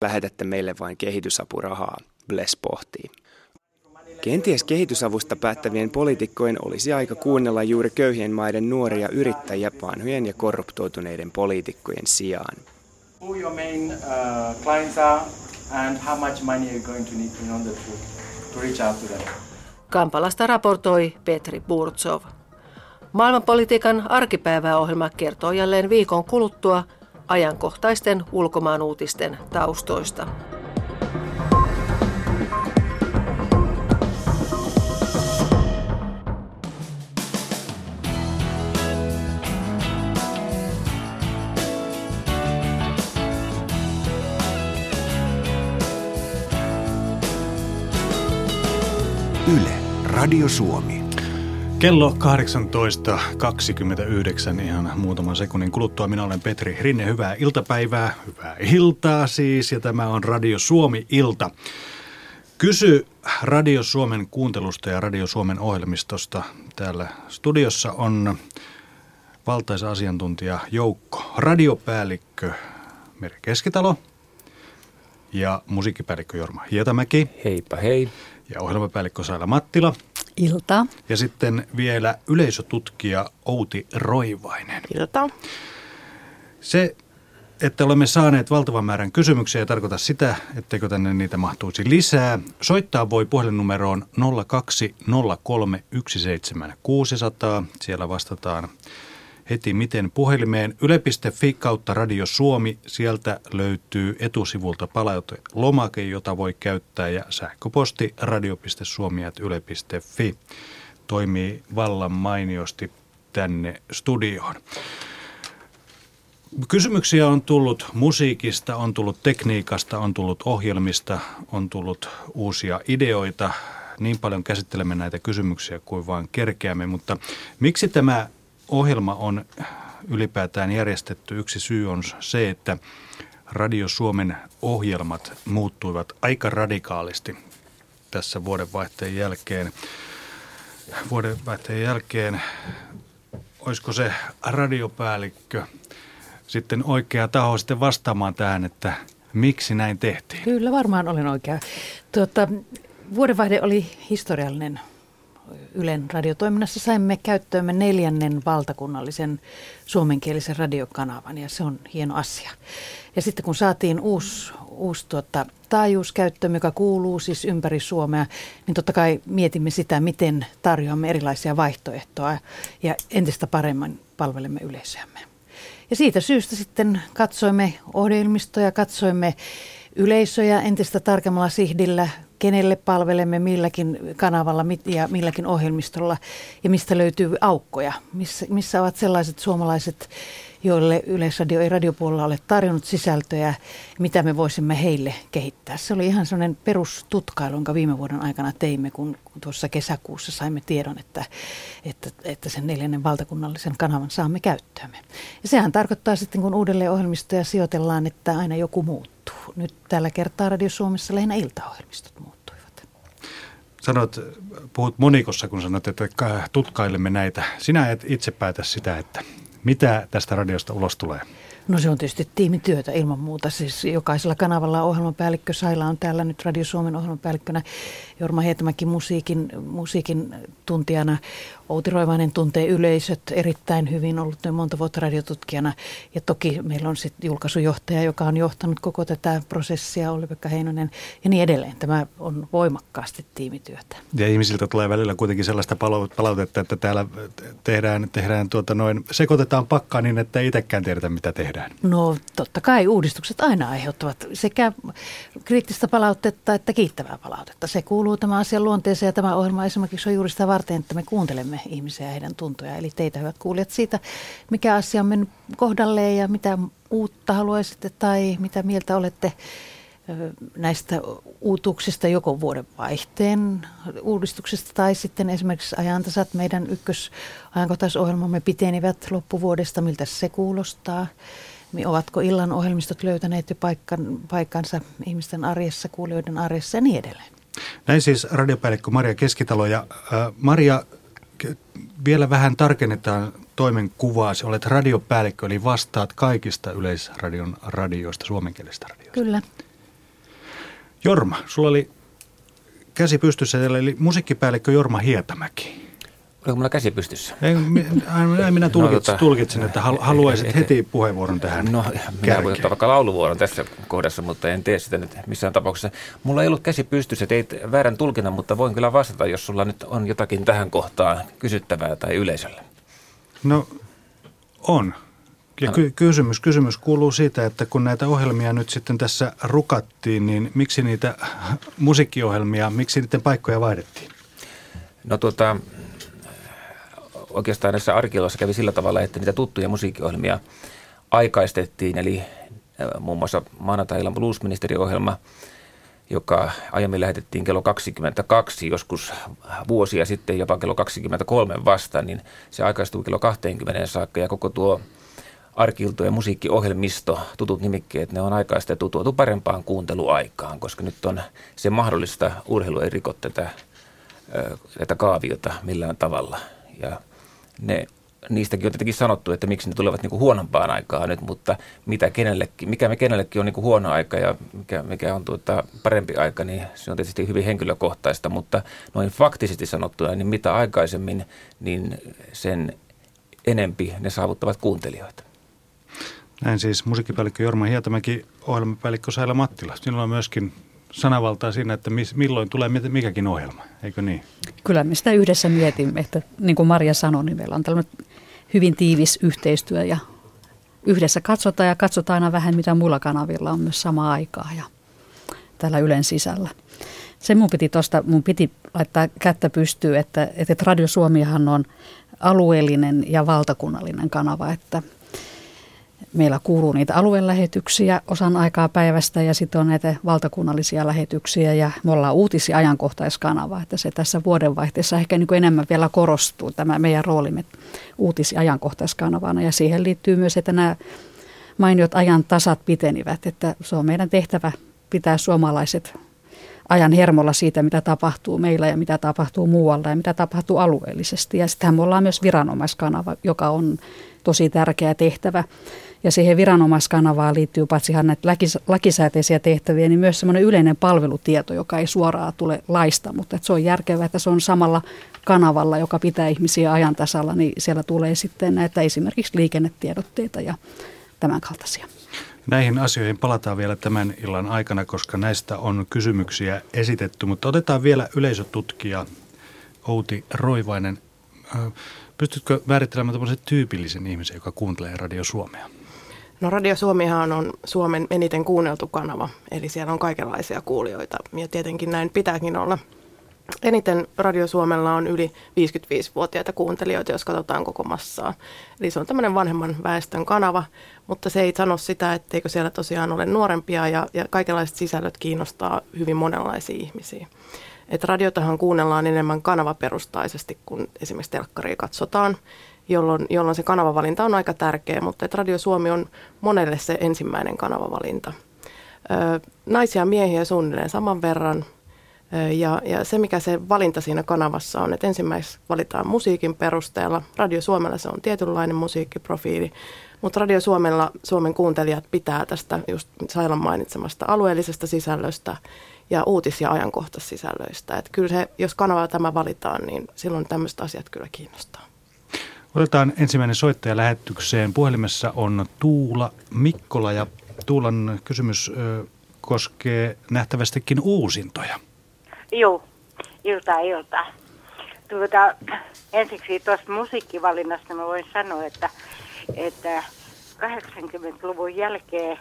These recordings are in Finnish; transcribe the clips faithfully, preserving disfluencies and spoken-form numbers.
lähetätte meille vain kehitysapurahaa, Bless pohtii. Kenties kehitysavusta päättävien poliitikkojen olisi aika kuunnella juuri köyhien maiden nuoria yrittäjiä vanhojen ja korruptoituneiden poliitikkojen sijaan. Who your main uh, clients are and how much money you're going to need in order to, to reach out to them. Kampalasta raportoi Petri Burtsov. Maailmanpolitiikan arkipäiväohjelma kertoo jälleen viikon kuluttua ajankohtaisten ulkomaanuutisten taustoista. Yle, Radio Suomi. Kello kahdeksantoista kaksikymmentäyhdeksän, ihan muutaman sekunnin kuluttua. Minä olen Petri Rinne, hyvää iltapäivää, hyvää iltaa siis, ja tämä on Radio Suomi-ilta. Kysy Radio Suomen kuuntelusta ja Radio Suomen ohjelmistosta. Täällä studiossa on valtaisa asiantuntija joukko, radiopäällikkö Merja Keskitalo ja musiikkipäällikkö Jorma Hietamäki. Heipä hei. Ja ohjelmapäällikkö Saila Mattila. Ilta. Ja sitten vielä yleisötutkija Outi Roivainen. Ilta. Se, että olemme saaneet valtavan määrän kysymyksiä, ei tarkoita sitä, etteikö tänne niitä mahtuisi lisää. Soittaa voi puhelinnumeroon nolla kaksi nolla kolme yksi seitsemän kuusi nolla nolla. Siellä vastataan heti miten puhelimeen. Yle piste fi kautta Radio Suomi. Sieltä löytyy etusivulta palautelomake, jota voi käyttää, ja sähköposti radio piste suomi ät yle piste fi toimii vallan mainiosti tänne studioon. Kysymyksiä on tullut musiikista, on tullut tekniikasta, on tullut ohjelmista, on tullut uusia ideoita. Niin paljon käsittelemme näitä kysymyksiä kuin vaan kerkeämme, mutta miksi tämä ohjelma on ylipäätään järjestetty? Yksi syy on se, että Radio Suomen ohjelmat muuttuivat aika radikaalisti tässä vuodenvaihteen jälkeen. Vuodenvaihteen jälkeen, olisiko se radiopäällikkö sitten oikea taho sitten vastaamaan tähän, että miksi näin tehtiin? Kyllä, varmaan olen oikea. Tuota, vuodenvaihde oli historiallinen. Ylen radiotoiminnassa saimme käyttöömme neljännen valtakunnallisen suomenkielisen radiokanavan, ja se on hieno asia. Ja sitten kun saatiin uusi, uusi tuota, taajuus käyttöön, joka kuuluu siis ympäri Suomea, niin totta kai mietimme sitä, miten tarjoamme erilaisia vaihtoehtoja ja entistä paremmin palvelemme yleisöämme. Ja siitä syystä sitten katsoimme ohjelmistoja, katsoimme yleisöjä entistä tarkemmalla sihdillä, kenelle palvelemme milläkin kanavalla ja milläkin ohjelmistolla, ja mistä löytyy aukkoja, missä, missä ovat sellaiset suomalaiset, joille Yleisradio ei radiopuolella ole tarjonnut sisältöjä, mitä me voisimme heille kehittää. Se oli ihan sellainen perustutkailu, jonka viime vuoden aikana teimme, kun tuossa kesäkuussa saimme tiedon, että, että, että sen neljännen valtakunnallisen kanavan saamme käyttöömme. Ja sehän tarkoittaa sitten, kun uudelleen ohjelmistoja sijoitellaan, että aina joku muuttuu. Nyt tällä kertaa Radio Suomessa lähinnä iltaohjelmistot muuttuivat. Sanoit, puhut monikossa, kun sanot, että tutkailemme näitä. Sinä et itse päätä sitä, että mitä tästä radiosta ulos tulee? No se on tietysti tiimityötä ilman muuta. Siis jokaisella kanavalla ohjelmapäällikkö Saila on täällä nyt Radio Suomen ohjelmapäällikkönä. Jorma Hietamäki musiikin, musiikin tuntijana. Outi Roivainen tuntee yleisöt erittäin hyvin, ollut monta vuotta radiotutkijana. Ja toki meillä on sitten julkaisujohtaja, joka on johtanut koko tätä prosessia, Olli-Pekka Heinonen ja niin edelleen. Tämä on voimakkaasti tiimityötä. Ja ihmisiltä tulee välillä kuitenkin sellaista palautetta, että täällä tehdään, tehdään tuota noin, sekoitetaan pakkaa niin, että ei itsekään tiedetä, mitä tehdään. No totta kai uudistukset aina aiheuttavat sekä kriittistä palautetta että kiittävää palautetta. Se kuuluu tämän asian luonteeseen, ja tämä ohjelma esimerkiksi on juuri sitä varten, että me kuuntelemme ihmisiä ja heidän tuntojaan. Eli teitä, hyvät kuulijat, siitä, mikä asia on mennyt kohdalleen ja mitä uutta haluaisitte tai mitä mieltä olette näistä uutuuksista, joko vuodenvaihteen uudistuksesta tai sitten esimerkiksi ajantasat. Meidän ykkösajankohtaisohjelmamme pitenivät loppuvuodesta, miltä se kuulostaa. Ovatko illan ohjelmistot löytäneet jo paikkan, paikkansa ihmisten arjessa, kuulijoiden arjessa ja niin edelleen. Näin siis radiopäällikkö Maria Keskitalo. Ja äh, Maria, vielä vähän tarkennetaan toimenkuvaasi. Olet radiopäällikkö, eli vastaat kaikista Yleisradion radioista, suomenkielistä radioista. Kyllä. Jorma, sulla oli käsi pystyssä, eli musiikkipäällikkö Jorma Hietamäki. Oliko mulla käsi pystyssä? Ei, näin minä tulkitsin, no, tota, tulkitsin että haluaisit et, heti puheenvuoron tähän. No, minä voin ottaa vaikka lauluvuoron tässä kohdassa, mutta en tee sitä nyt missään tapauksessa. Mulla ei ollut käsi pystyssä, teit väärän tulkinnan, mutta voin kyllä vastata, jos sulla nyt on jotakin tähän kohtaan kysyttävää tai yleisölle. No, on. Ja ky- kysymys, kysymys kuuluu siitä, että kun näitä ohjelmia nyt sitten tässä rukattiin, niin miksi niitä musiikkiohjelmia, miksi niiden paikkoja vaihdettiin? No tuota, oikeastaan näissä arkioloissa kävi sillä tavalla, että niitä tuttuja musiikkiohjelmia aikaistettiin, eli muun muassa maanantai-illan bluesministeriohjelma, joka aiemmin lähetettiin kello kaksikymmentäkaksi, joskus vuosia sitten jopa kello kaksikymmentäkolme vasta, niin se aikaistuu kello kaksikymmentä saakka ja koko tuo arki-iltojen ja musiikkiohjelmisto, tutut nimikkeet, ne on aikaistettu tuotu parempaan kuunteluaikaan, koska nyt on se mahdollista, urheilu ei riko tätä, tätä kaaviota millään tavalla. Ja ne, niistäkin on tietenkin sanottu, että miksi ne tulevat niin kuin huonompaan aikaan nyt, mutta mitä kenellekin, mikä me kenellekin on niin kuin huono aika ja mikä, mikä on tuota parempi aika, niin se on tietysti hyvin henkilökohtaista, mutta noin faktisesti sanottuna, niin mitä aikaisemmin, niin sen enempi ne saavuttavat kuuntelijoita. Näin siis musiikkipäällikkö Jorma Hietamäki, ohjelmapäällikkö Saila Mattila. Sinulla on myöskin sanavaltaa siinä, että mis, milloin tulee mikäkin ohjelma, eikö niin? Kyllä me sitä yhdessä mietimme, että niin kuin Marja sanoi, niin meillä on tällainen hyvin tiivis yhteistyö ja yhdessä katsotaan ja katsotaan aina vähän, mitä muilla kanavilla on myös samaa aikaa ja täällä Ylen sisällä. Se mun piti tosta, mun piti laittaa kättä pystyyn, että, että Radio Suomihan on alueellinen ja valtakunnallinen kanava, että meillä kuuluu niitä aluelähetyksiä osan aikaa päivästä ja sitten on näitä valtakunnallisia lähetyksiä ja me ollaan uutis- ja ajankohtaiskanava, että se tässä vuodenvaihteessa ehkä niin kuin enemmän vielä korostuu tämä meidän roolimme uutis- ja ajankohtaiskanavana ja siihen liittyy myös, että nämä mainiot ajan tasat pitenivät, että se on meidän tehtävä pitää suomalaiset ajan hermolla siitä, mitä tapahtuu meillä ja mitä tapahtuu muualla ja mitä tapahtuu alueellisesti. Ja sittenhän me ollaan myös viranomaiskanava, joka on tosi tärkeä tehtävä. Ja siihen viranomaiskanavaan liittyy paitsi näitä lakisääteisiä tehtäviä, niin myös semmoinen yleinen palvelutieto, joka ei suoraan tule laista, mutta että se on järkevää, että se on samalla kanavalla, joka pitää ihmisiä ajan tasalla, niin siellä tulee sitten näitä esimerkiksi liikennetiedotteita ja tämän kaltaisia. Näihin asioihin palataan vielä tämän illan aikana, koska näistä on kysymyksiä esitetty, mutta otetaan vielä yleisötutkija Outi Roivainen. Pystytkö määrittelemään tämmöisen tyypillisen ihmisen, joka kuuntelee Radio Suomea? No Radio Suomihan on Suomen eniten kuunneltu kanava, eli siellä on kaikenlaisia kuulijoita ja tietenkin näin pitääkin olla. Eniten Radio Suomella on yli viisikymmentäviisivuotiaita kuuntelijoita, jos katsotaan koko massaa. Eli se on tämmöinen vanhemman väestön kanava, mutta se ei sano sitä, etteikö siellä tosiaan ole nuorempia ja, ja kaikenlaiset sisällöt kiinnostaa hyvin monenlaisia ihmisiä. Et radiotahan kuunnellaan enemmän kanavaperustaisesti, kun esimerkiksi telkkaria katsotaan, jolloin, jolloin se kanavavalinta on aika tärkeä, mutta et Radio Suomi on monelle se ensimmäinen kanavavalinta. Ö, naisia ja miehiä suunnilleen saman verran. Ja, ja se, mikä se valinta siinä kanavassa on, että ensimmäiseksi valitaan musiikin perusteella. Radio Suomella se on tietynlainen musiikkiprofiili, mutta Radio Suomella Suomen kuuntelijat pitää tästä just Sailan mainitsemasta alueellisesta sisällöstä ja uutis- ja ajankohtaisisällöistä. Että kyllä se, jos kanava tämä valitaan, niin silloin tämmöiset asiat kyllä kiinnostaa. Otetaan ensimmäinen soittaja lähetykseen. Puhelimessa on Tuula Mikkola ja Tuulan kysymys ö, koskee nähtävästikin uusintoja. Joo, iltaa iltaa. Tuota, ensiksi tuosta musiikkivalinnasta mä voin sanoa, että, että kahdeksankymmentäluvun jälkeen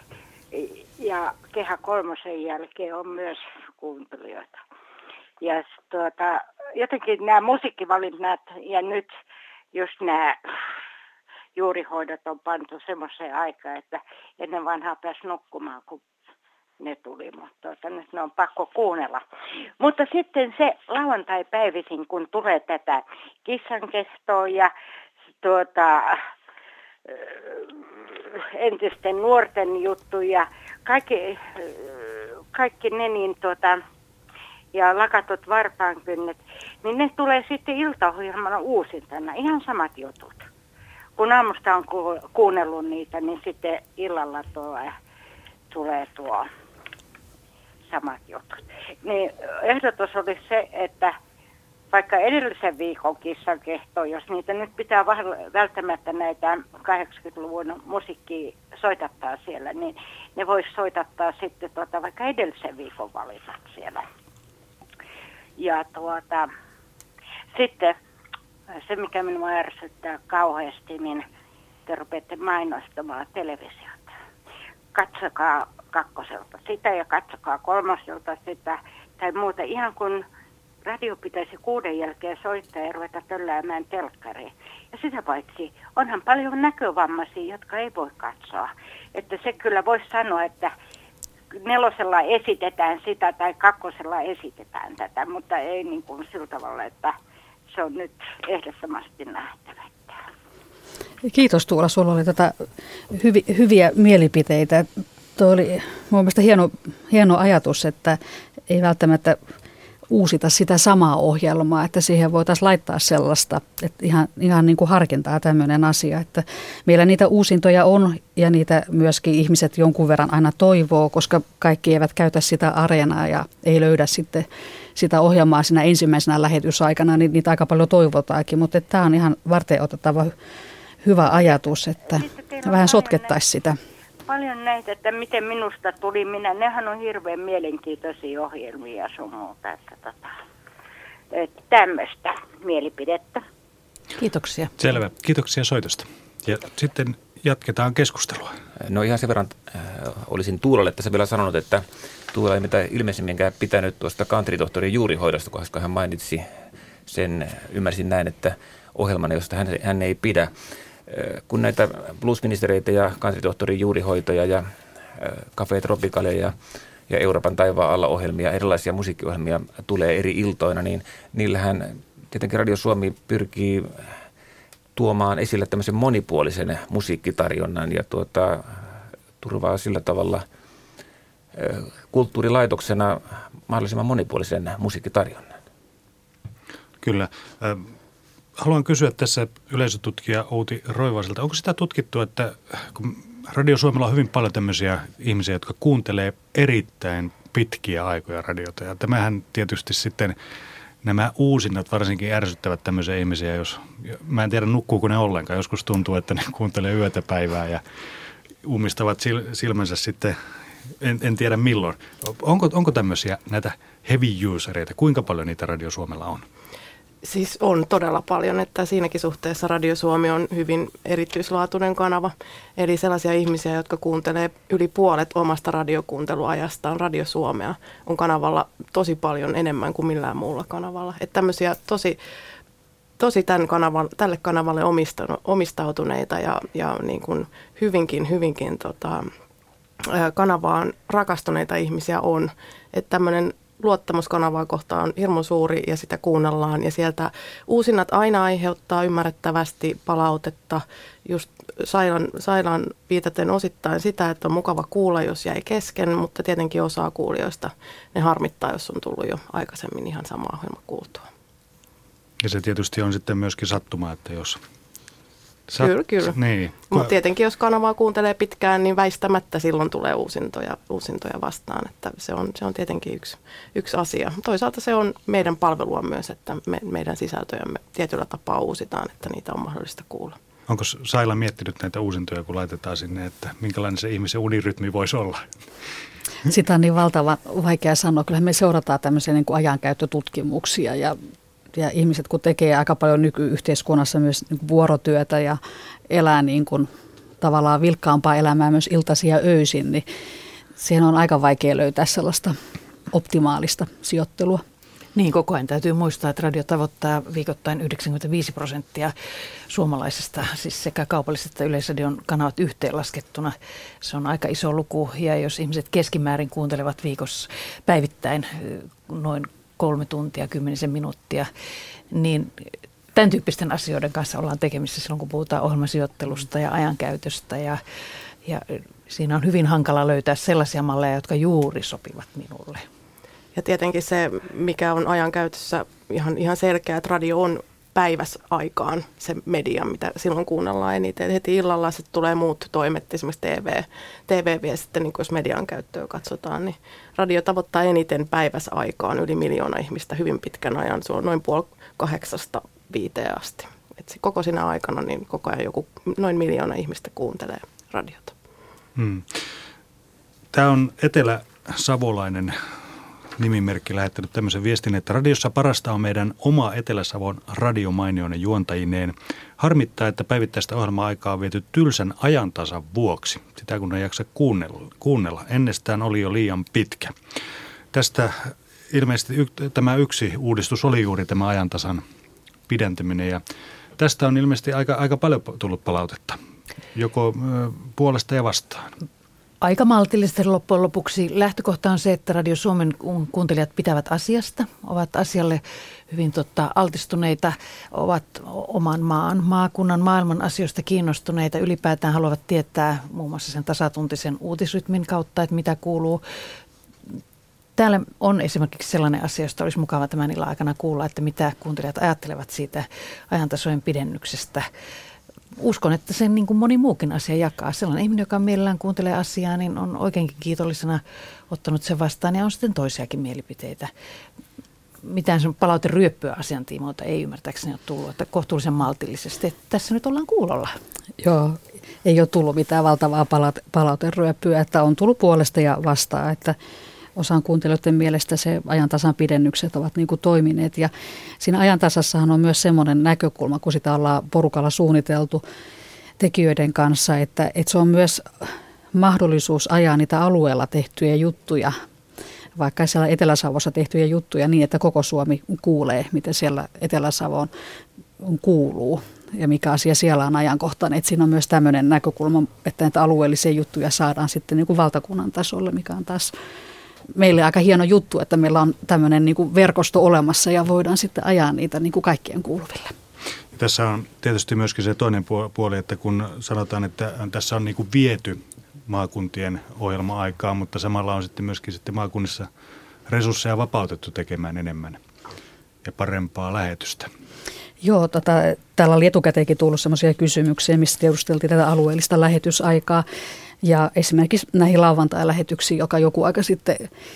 ja Kehä kolmosen jälkeen on myös kuuntelijoita. Ja tuota, jotenkin nämä musiikkivalinnat ja nyt just nämä juurihoidot on pantu semmoiseen aikaan, että ennen vanhaa pääsi nukkumaan, kun ne tuli, mutta tuota, nyt ne on pakko kuunnella. Mutta sitten se lauantai-päivisin, kun tulee tätä kissankestoa ja tuota, entisten nuorten juttuja, kaikki, kaikki ne niin tuota, ja lakatut varpaankynnet, niin ne tulee sitten iltaohjelmana uusintana, ihan samat jutut. Kun aamusta on kuunnellut niitä, niin sitten illalla tuo, tulee tuo samat jutut. Niin ehdotus oli se, että vaikka edellisen viikon kissankehto, jos niitä nyt pitää välttämättä näitä kahdeksankymmentäluvun musiikkia soitattaa siellä, niin ne voisi soitattaa sitten tuota, vaikka edellisen viikon valinnat siellä. Ja tuota, sitten se, mikä minua ärsyttää kauheasti, niin te rupeatte mainostamaan televisiota. Katsokaa kakkoselta sitä ja katsokaa kolmoselta sitä tai muuta. Ihan kun radio pitäisi kuuden jälkeen soittaa ja ruveta tölläämään telkkariin. Ja sitä paitsi onhan paljon näkövammaisia, jotka ei voi katsoa. Että se kyllä voisi sanoa, että nelosella esitetään sitä tai kakkosella esitetään tätä, mutta ei niin kuin sillä tavalla, että se on nyt ehdottomasti nähtävä. Kiitos Tuula, sulla oli tätä hyvi, hyviä mielipiteitä. Tuo oli mun mielestä hieno, hieno ajatus, että ei välttämättä uusita sitä samaa ohjelmaa, että siihen voitaisiin laittaa sellaista, että ihan, ihan niin kuin harkintaa tämmöinen asia, että meillä niitä uusintoja on ja niitä myöskin ihmiset jonkun verran aina toivoo, koska kaikki eivät käytä sitä areenaa ja ei löydä sitten sitä ohjelmaa siinä ensimmäisenä lähetysaikana, niin niitä aika paljon toivotaankin, mutta tämä on ihan varten otettava hyvä ajatus, että vähän sotkettaisiin sitä. Paljon näitä, että miten minusta tuli minä. Nehän on hirveän mielenkiintoisia ohjelmia ja sun muuta. Että, tota, että tämmöistä mielipidettä. Kiitoksia. Selvä. Kiitoksia soitosta. Ja sitten jatketaan keskustelua. No ihan sen verran äh, olisin Tuulalle tässä vielä sanonut, että Tuula ei mitään ilmeisemminkään pitänyt tuosta country-tohtorin juurihoidosta, koska hän mainitsi sen, ymmärsin näin, että ohjelmana, josta hän, hän ei pidä. Kun näitä bluesministereitä ja country-tohtorin juurihoitoja ja Café Tropicalia ja, ja Euroopan taivaan alla ohjelmia, erilaisia musiikkiohjelmia tulee eri iltoina, niin niillähän tietenkin Radio Suomi pyrkii tuomaan esille tämmöisen monipuolisen musiikkitarjonnan ja tuota, turvaa sillä tavalla kulttuurilaitoksena mahdollisimman monipuolisen musiikkitarjonnan. Kyllä. Haluan kysyä tässä yleisötutkija Outi Roivaselta, onko sitä tutkittu, että kun Radio Suomella on hyvin paljon tämmöisiä ihmisiä, jotka kuuntelee erittäin pitkiä aikoja radiota, ja tämähän tietysti sitten nämä uusinnat varsinkin ärsyttävät tämmöisiä ihmisiä, jos, mä en tiedä nukkuuko ne ollenkaan, joskus tuntuu, että ne kuuntelee yötä päivää ja ummistavat silmänsä sitten, en, en tiedä milloin. Onko, onko tämmöisiä näitä heavy usereita, kuinka paljon niitä Radio Suomella on? Siis on todella paljon, että siinäkin suhteessa Radio Suomi on hyvin erityislaatuinen kanava. Eli sellaisia ihmisiä, jotka kuuntelee yli puolet omasta radiokuunteluajastaan Radio Suomea, on kanavalla tosi paljon enemmän kuin millään muulla kanavalla. Että tämmöisiä tosi, tosi tämän kanavan, tälle kanavalle omistautuneita ja, ja niin kuin hyvinkin, hyvinkin tota, kanavaan rakastuneita ihmisiä on. Että tämmöinen luottamuskanavaa kohtaan on hirmu suuri ja sitä kuunnellaan ja sieltä uusinnat aina aiheuttaa ymmärrettävästi palautetta. Just Sailan, Sailan viitaten osittain sitä, että on mukava kuulla, jos jäi kesken, mutta tietenkin osaa kuulijoista ne harmittaa, jos on tullut jo aikaisemmin ihan sama ohjelma kuultua. Ja se tietysti on sitten myöskin sattuma, että jos... Sat... Kyllä, kyllä. Niin. Mutta tietenkin jos kanavaa kuuntelee pitkään, niin väistämättä silloin tulee uusintoja, uusintoja vastaan. Että se, on, se on tietenkin yksi, yksi asia. Toisaalta se on meidän palvelua myös, että me, meidän sisältöjämme tietyllä tapaa uusitaan, että niitä on mahdollista kuulla. Onko Saila miettinyt näitä uusintoja, kun laitetaan sinne, että minkälainen se ihmisen unirytmi voisi olla? Sitä on niin valtavan vaikea sanoa. Kyllä me seurataan tämmöisiä niin kuin ajankäyttötutkimuksia ja Ja ihmiset, kun tekee aika paljon nykyyhteiskunnassa myös niin kuin vuorotyötä ja elää niin kuin tavallaan vilkkaampaa elämää myös iltaisin ja öisin, niin siihen on aika vaikea löytää sellaista optimaalista sijoittelua. Niin, koko ajan täytyy muistaa, että radio tavoittaa viikoittain yhdeksänkymmentäviisi prosenttia suomalaisista, siis sekä kaupallisesta yleisradion kanavat yhteenlaskettuna. Se on aika iso luku, ja jos ihmiset keskimäärin kuuntelevat viikossa päivittäin noin kolme tuntia, kymmenisen minuuttia, niin tämän tyyppisten asioiden kanssa ollaan tekemisissä silloin, kun puhutaan ohjelmasijoittelusta ja ajankäytöstä. Ja, ja siinä on hyvin hankala löytää sellaisia malleja, jotka juuri sopivat minulle. Ja tietenkin se, mikä on ajankäytössä ihan, ihan selkeä, että radio on päiväsaikaan se media, mitä silloin kuunnellaan eniten. Heti illalla sitten tulee muut toimet, esimerkiksi T V. T V vie sitten, niin jos median käyttöä katsotaan, niin radio tavoittaa eniten päiväsaikaan yli miljoona ihmistä hyvin pitkän ajan. Se on noin puoli kahdeksasta viiteen asti. Et koko siinä aikana niin koko ajan joku noin miljoona ihmistä kuuntelee radiota. Hmm. Tämä on eteläsavolainen nimimerkki lähettänyt tämmöisen viestin, että radiossa parasta on meidän oma Etelä-Savon radiomainioinen juontajineen. Harmittaa, että päivittäistä ohjelma-aikaa on viety tylsän ajantasan vuoksi. Sitä kun ei jaksa kuunnella. kuunnella. Ennestään oli jo liian pitkä. Tästä ilmeisesti y- tämä yksi uudistus oli juuri tämä ajantasan pidentäminen ja tästä on ilmeisesti aika, aika paljon tullut palautetta, joko ö, puolesta ja vastaan. Aika maltillisesti loppujen lopuksi. Lähtökohta on se, että Radio Suomen kuuntelijat pitävät asiasta, ovat asialle hyvin totta, altistuneita, ovat oman maan, maakunnan, maailman asioista kiinnostuneita. Ylipäätään haluavat tietää muun muassa sen tasatuntisen uutisrytmin kautta, että mitä kuuluu. Täällä on esimerkiksi sellainen asia, josta olisi mukava tämän illan aikana kuulla, että mitä kuuntelijat ajattelevat siitä ajantasojen pidennyksestä. Uskon, että sen niin kuin moni muukin asia jakaa. Sellainen ihminen, joka mielellään kuuntelee asiaa, niin on oikeinkin kiitollisena ottanut sen vastaan ja on sitten toisiakin mielipiteitä. Mitään sen palauteryöppyä asiantiimoilta ei ymmärtääkseni ole tullut, että kohtuullisen maltillisesti. Että tässä nyt ollaan kuulolla. Joo, ei ole tullut mitään valtavaa palaute- palauteryöppyä, että on tullut puolesta ja vastaan, että osan kuuntelijoiden mielestä se ajantasan pidennykset ovat niin kuin toimineet ja siinä ajantasassahan on myös semmoinen näkökulma, kun sitä ollaan porukalla suunniteltu tekijöiden kanssa, että, että se on myös mahdollisuus ajaa niitä alueella tehtyjä juttuja, vaikka siellä Etelä-Savossa tehtyjä juttuja niin, että koko Suomi kuulee, miten siellä Etelä-Savoon kuuluu ja mikä asia siellä on ajankohtainen. Että siinä on myös tämmöinen näkökulma, että näitä alueellisia juttuja saadaan sitten niin kuin valtakunnan tasolle, mikä on taas meille aika hieno juttu, että meillä on tämmöinen niin kuin verkosto olemassa ja voidaan sitten ajaa niitä niin kuin kaikkien kuuluville. Tässä on tietysti myöskin se toinen puoli, että kun sanotaan, että tässä on niin kuin viety maakuntien ohjelma-aikaa, mutta samalla on sitten myöskin sitten maakunnissa resursseja vapautettu tekemään enemmän ja parempaa lähetystä. Joo, tota, täällä oli etukäteenkin tullut sellaisia kysymyksiä, missä tiedusteltiin tätä alueellista lähetysaikaa. Ja esimerkiksi näihin lauantai-lähetyksiin, joka joku aika sitten,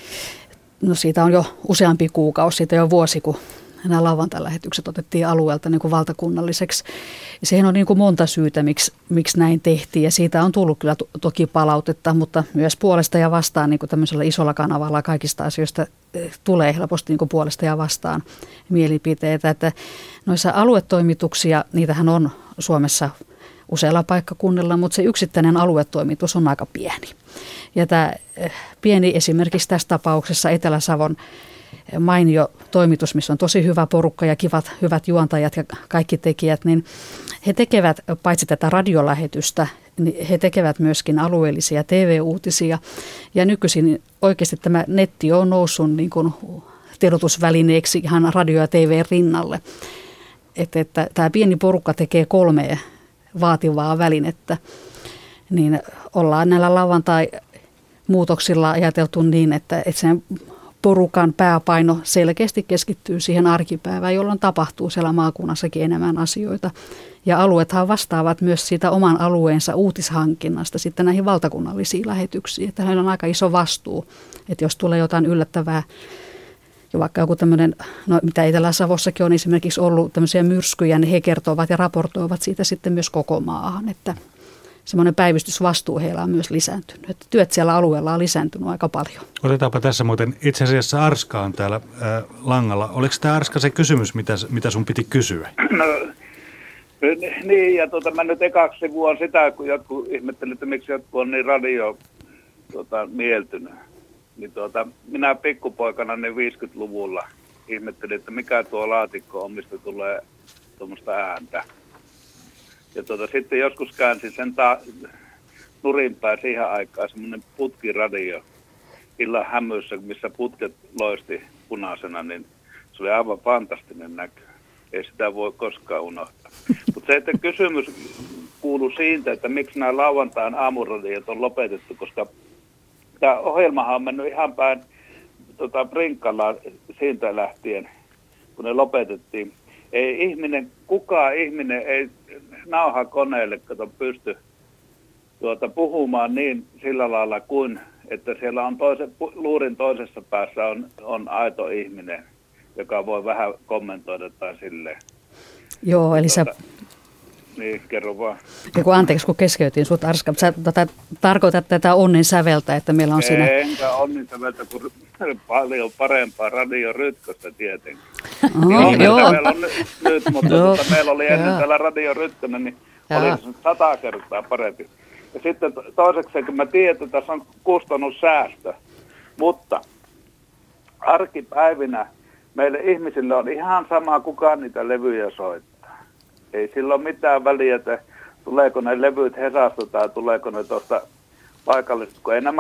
no siitä on jo useampi kuukausi, siitä jo vuosi, kun nämä lauantai-lähetykset otettiin alueelta niin kuin valtakunnalliseksi. Ja siihen on niin kuin monta syytä, miksi, miksi näin tehtiin ja siitä on tullut kyllä to- toki palautetta, mutta myös puolesta ja vastaan niin kuin tämmöisellä isolla kanavalla kaikista asioista tulee helposti niin kuin puolesta ja vastaan mielipiteitä. Että noissa aluetoimituksia, niitähän on Suomessa useilla paikkakunnilla, mutta se yksittäinen aluetoimitus on aika pieni. Ja tämä pieni esimerkiksi tässä tapauksessa Etelä-Savon mainio toimitus, missä on tosi hyvä porukka ja kivat, hyvät juontajat ja kaikki tekijät, niin he tekevät paitsi tätä radiolähetystä, niin he tekevät myöskin alueellisia T V-uutisia. Ja nykyisin oikeasti tämä netti on noussut niin kuin tiedotusvälineeksi ihan radio ja T V rinnalle. Että, että tämä pieni porukka tekee kolmea vaativaa välinettä, niin ollaan näillä lauantai-muutoksilla ajateltu niin, että, että sen porukan pääpaino selkeästi keskittyy siihen arkipäivään, jolloin tapahtuu siellä maakunnassakin enemmän asioita. Ja alueethan vastaavat myös siitä oman alueensa uutishankinnasta sitten näihin valtakunnallisiin lähetyksiin. Että heillä on aika iso vastuu, että jos tulee jotain yllättävää, ja vaikka joku tämmöinen, no mitä Etelä-Savossakin on esimerkiksi ollut tämmöisiä myrskyjä, niin he kertovat ja raportoivat siitä sitten myös koko maahan, että semmoinen päivystysvastuu heillä on myös lisääntynyt. Että työt siellä alueella on lisääntynyt aika paljon. Otetaanpa tässä muuten, itse asiassa Arska on täällä ää, langalla. Oliko tämä Arska se kysymys, mitä, mitä sun piti kysyä? No, niin, ja tuota, mä nyt ekaksi sivua sitä, kun jotkut ihmettelivät, että miksi jotkut on niin radio tuota, mieltynyt. Niin tuota, minä pikkupoikana niin viisikymmentäluvulla ihmettelin, että mikä tuo laatikko on, mistä tulee tuommoista ääntä. Ja tuota, sitten joskus käänsin sen ta- nurinpäin siihen aikaan semmoinen putkiradio illan hämyssä, missä putket loisti punaisena, niin se oli aivan fantastinen näkö. Ei sitä voi koskaan unohtaa. Mutta se, että kysymys kuuluu siitä, että miksi nämä lauantain aamuradiot on lopetettu, koska tämä ohjelmahan on mennyt ihan päin tota, Brinkkallaan siitä lähtien, kun ne lopetettiin. ei ihminen, kukaan ihminen ei nauhakoneelle kato pysty tuota, puhumaan niin sillä lailla kuin, että siellä on toise, luurin toisessa päässä on, on aito ihminen, joka voi vähän kommentoida tai silleen. Joo, eli tuota, sä... Niin, kerro vaan. Eiku, anteeksi, kun keskeytin sut, Arska. Sä tota, tarkoitat tätä onnen säveltä, että meillä on Ei, siinä... Enkä onnen säveltä, kun paljon parempaa radiorytköstä tietenkin. Oh, niin, joo. Meillä on nyt, nyt mutta tuota, meillä oli ennen ja. täällä radiorytkönen, niin ja. oli se sata kertaa parempi. Ja sitten toiseksi, kun mä tiedän, että tässä on kustannussäästö, mutta arkipäivinä meille ihmisille on ihan sama, kuka niitä levyjä soittaa. Ei sillä ole mitään väliä, että tuleeko ne levyt Hesasta tai tuleeko ne tuosta paikallisesti, kun ei nämä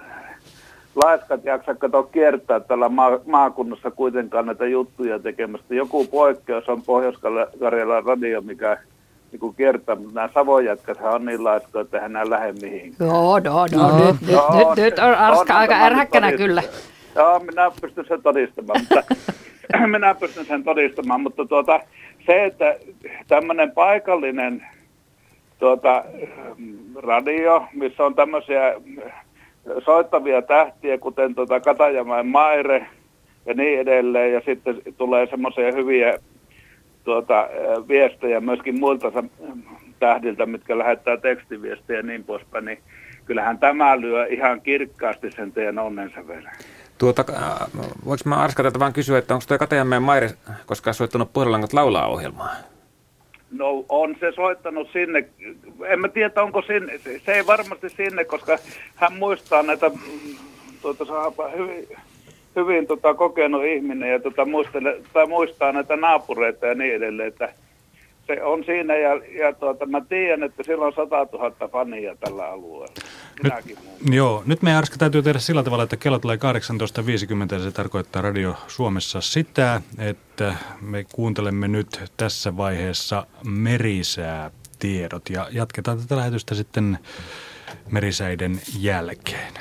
laiskat jaksa katsoa kiertää tällä maa, maakunnassa kuitenkaan näitä juttuja tekemästä. Joku poikkeus on Pohjois-Karjalan radio, mikä niin kiertää, mutta nämä Savonjätkäthän on niin laiskoja, että eihän nämä lähde mihinkään. Joo, no, no, no, nyt, nyt, nyt, nyt on Arska aika ärhäkkänä kyllä. Joo, minä pystyn sen todistamaan, mutta minä pystyn sen todistamaan, mutta tuota, se, että tämmöinen paikallinen tuota, radio, missä on tämmöisiä soittavia tähtiä, kuten tuota Katajamäen Maire ja niin edelleen, ja sitten tulee semmoisia hyviä tuota, viestejä myöskin muilta tähdiltä, mitkä lähettää tekstiviestejä ja niin poispäin, niin kyllähän tämä lyö ihan kirkkaasti sen teidän onnensävelen. Tuota, voinko mä Arska tätä vaan kysyä, että onko tuo Katajanmäen Maire koskaan soittanut Puhelinlangat laulaa ohjelmaa? No on se soittanut sinne. En mä tiedä, onko sinne. Se ei varmasti sinne, koska hän muistaa näitä, tuota, hyvin, hyvin tota, kokenut ihminen ja tota, muistele, tai muistaa näitä naapureita ja niin edelleen, että se on siinä ja, ja tuota, mä tiedän, että sillä on satatuhatta fania tällä alueella. Nyt, joo, nyt meidän Arska täytyy tehdä sillä tavalla, että kello tulee kahdeksantoista viisikymmentä ja se tarkoittaa Radio Suomessa sitä, että me kuuntelemme nyt tässä vaiheessa merisäätiedot ja jatketaan tätä lähetystä sitten merisäiden jälkeen.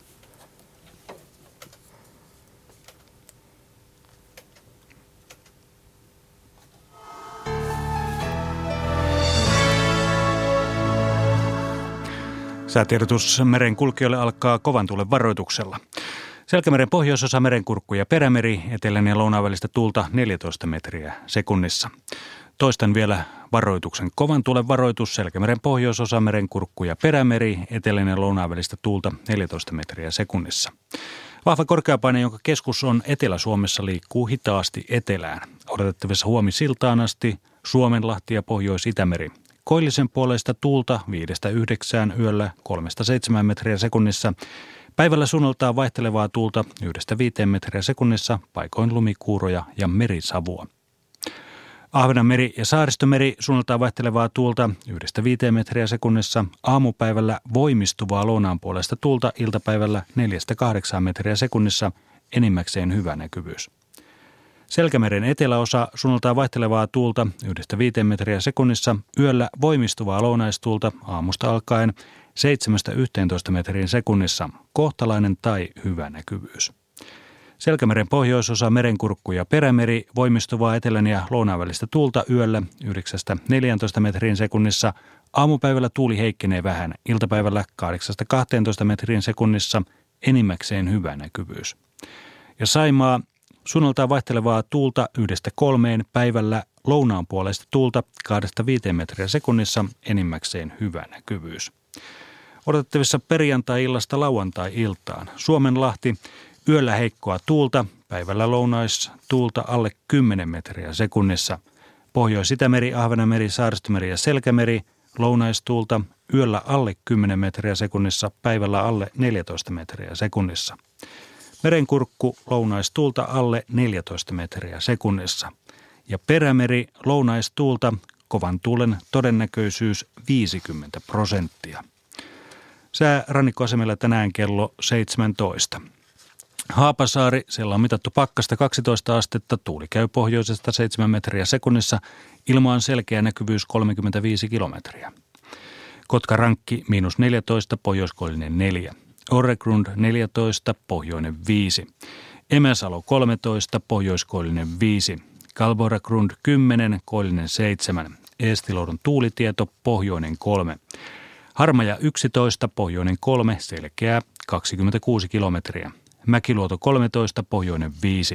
Säätiedotus merenkulkijoille alkaa kovan tuulen varoituksella. Selkämeren pohjoisosa merenkurkku ja perämeri, etelän ja lounaan välistä tuulta neljätoista metriä sekunnissa. Toistan vielä varoituksen. Kovan tuulen varoitus, Selkämeren pohjoisosa merenkurkku ja perämeri, etelän ja lounaan välistä tuulta neljätoista metriä sekunnissa. Vahva korkeapaine, jonka keskus on Etelä-Suomessa, liikkuu hitaasti etelään. Odotettavissa huomisiltaan asti Suomenlahti ja Pohjois-Itämeri. Koillisen puoleista tuulta viidestä yhdeksään yöllä kolmesta seitsemään metriä sekunnissa. Päivällä suunnaltaan vaihtelevaa tuulta yhdestä viiteen metriä sekunnissa, paikoin lumikuuroja ja merisavua. Ahvenanmeri ja Saaristomeri suunnaltaan vaihtelevaa tuulta yhdestä viiteen metriä sekunnissa. Aamupäivällä voimistuvaa lounaan puolesta tuulta, iltapäivällä neljästä kahdeksaan metriä sekunnissa, enimmäkseen hyvä näkyvyys. Selkämeren eteläosa suunnaltaan vaihtelevaa tuulta yhdestä viiteen metriä sekunnissa, yöllä voimistuvaa lounaistuulta aamusta alkaen seitsemästä yhteentoista metriin sekunnissa, kohtalainen tai hyvä näkyvyys. Selkämeren pohjoisosa merenkurkku ja perämeri voimistuvaa etelän ja lounaan välistä tuulta yöllä yhdeksästä neljääntoista metriin sekunnissa, aamupäivällä tuuli heikkenee vähän, iltapäivällä kahdeksasta kahteentoista metriin sekunnissa, enimmäkseen hyvä näkyvyys. Ja Saimaa suunnaltaan vaihtelevaa tuulta yhdestä kolmeen, päivällä lounaan puolesta tuulta kahdesta viiteen metriä sekunnissa, enimmäkseen hyvä näkyvyys. Odotettavissa perjantai-illasta lauantai-iltaan. Suomenlahti, yöllä heikkoa tuulta, päivällä lounaistuulta alle kymmenen metriä sekunnissa. Pohjois-Itämeri, Ahvenanmeri, Saaristomeri ja Selkämeri, lounaistuulta, yöllä alle kymmenen metriä sekunnissa, päivällä alle neljätoista metriä sekunnissa. Merenkurkku, lounaistuulta alle neljätoista metriä sekunnissa. Ja perämeri, lounaistuulta, kovan tuulen todennäköisyys viisikymmentä prosenttia. Sää rannikkoasemilla tänään kello seitsemäntoista. Haapasaari, siellä on mitattu pakkasta kaksitoista astetta, tuuli käy pohjoisesta seitsemän metriä sekunnissa, ilma on selkeä näkyvyys kolmekymmentäviisi kilometriä. Kotkarankki miinus neljätoista, pohjoiskoillinen neljä. Orregrund neljätoista, pohjoinen viisi. Emäsalo kolmetoista, pohjoiskoillinen viisi. Skalborgrund kymmenen, koillinen seitsemän. Eestiloudun tuulitieto, pohjoinen kolme. Harmaja yksitoista, pohjoinen kolme, selkeää kaksikymmentäkuusi kilometriä. Mäkiluoto kolmetoista, pohjoinen viisi.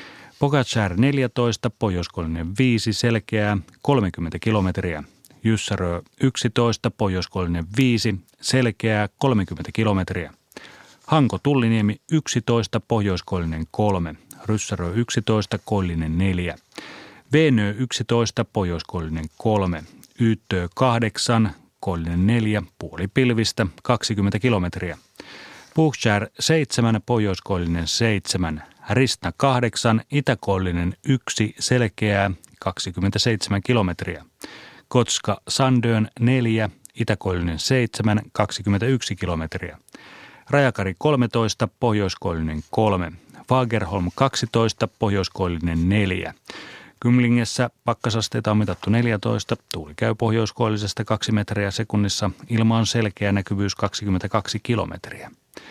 Pogacar neljätoista, pohjoiskoillinen viisi, selkeää kolmekymmentä kilometriä. Jussarö yksitoista, pohjoiskoillinen viisi, selkeää kolmekymmentä kilometriä. Hanko Tulliniemi yksitoista, pohjoiskoillinen kolme. Ryssärö yksitoista, koillinen neljä. Veenö yksitoista, pohjoiskoillinen kolme. Yyttö kahdeksan, koillinen neljä, puolipilvistä, kaksikymmentä kilometriä. Puigdär seitsemän, pohjoiskoillinen seitsemän. Ristna kahdeksan, itäkoillinen yksi, selkeää, kaksikymmentäseitsemän kilometriä. Kotska Sandön neljä, itäkoillinen seitsemän, kaksikymmentäyksi kilometriä. Rajakari kolmetoista, pohjoiskoillinen kolme. Fagerholm kaksitoista, pohjoiskoillinen neljä. Kymlingessä pakkasasteita on mitattu neljätoista, tuuli käy pohjoiskoillisesta kaksi metriä sekunnissa, ilma on selkeä, näkyvyys kaksikymmentäkaksi kilometriä.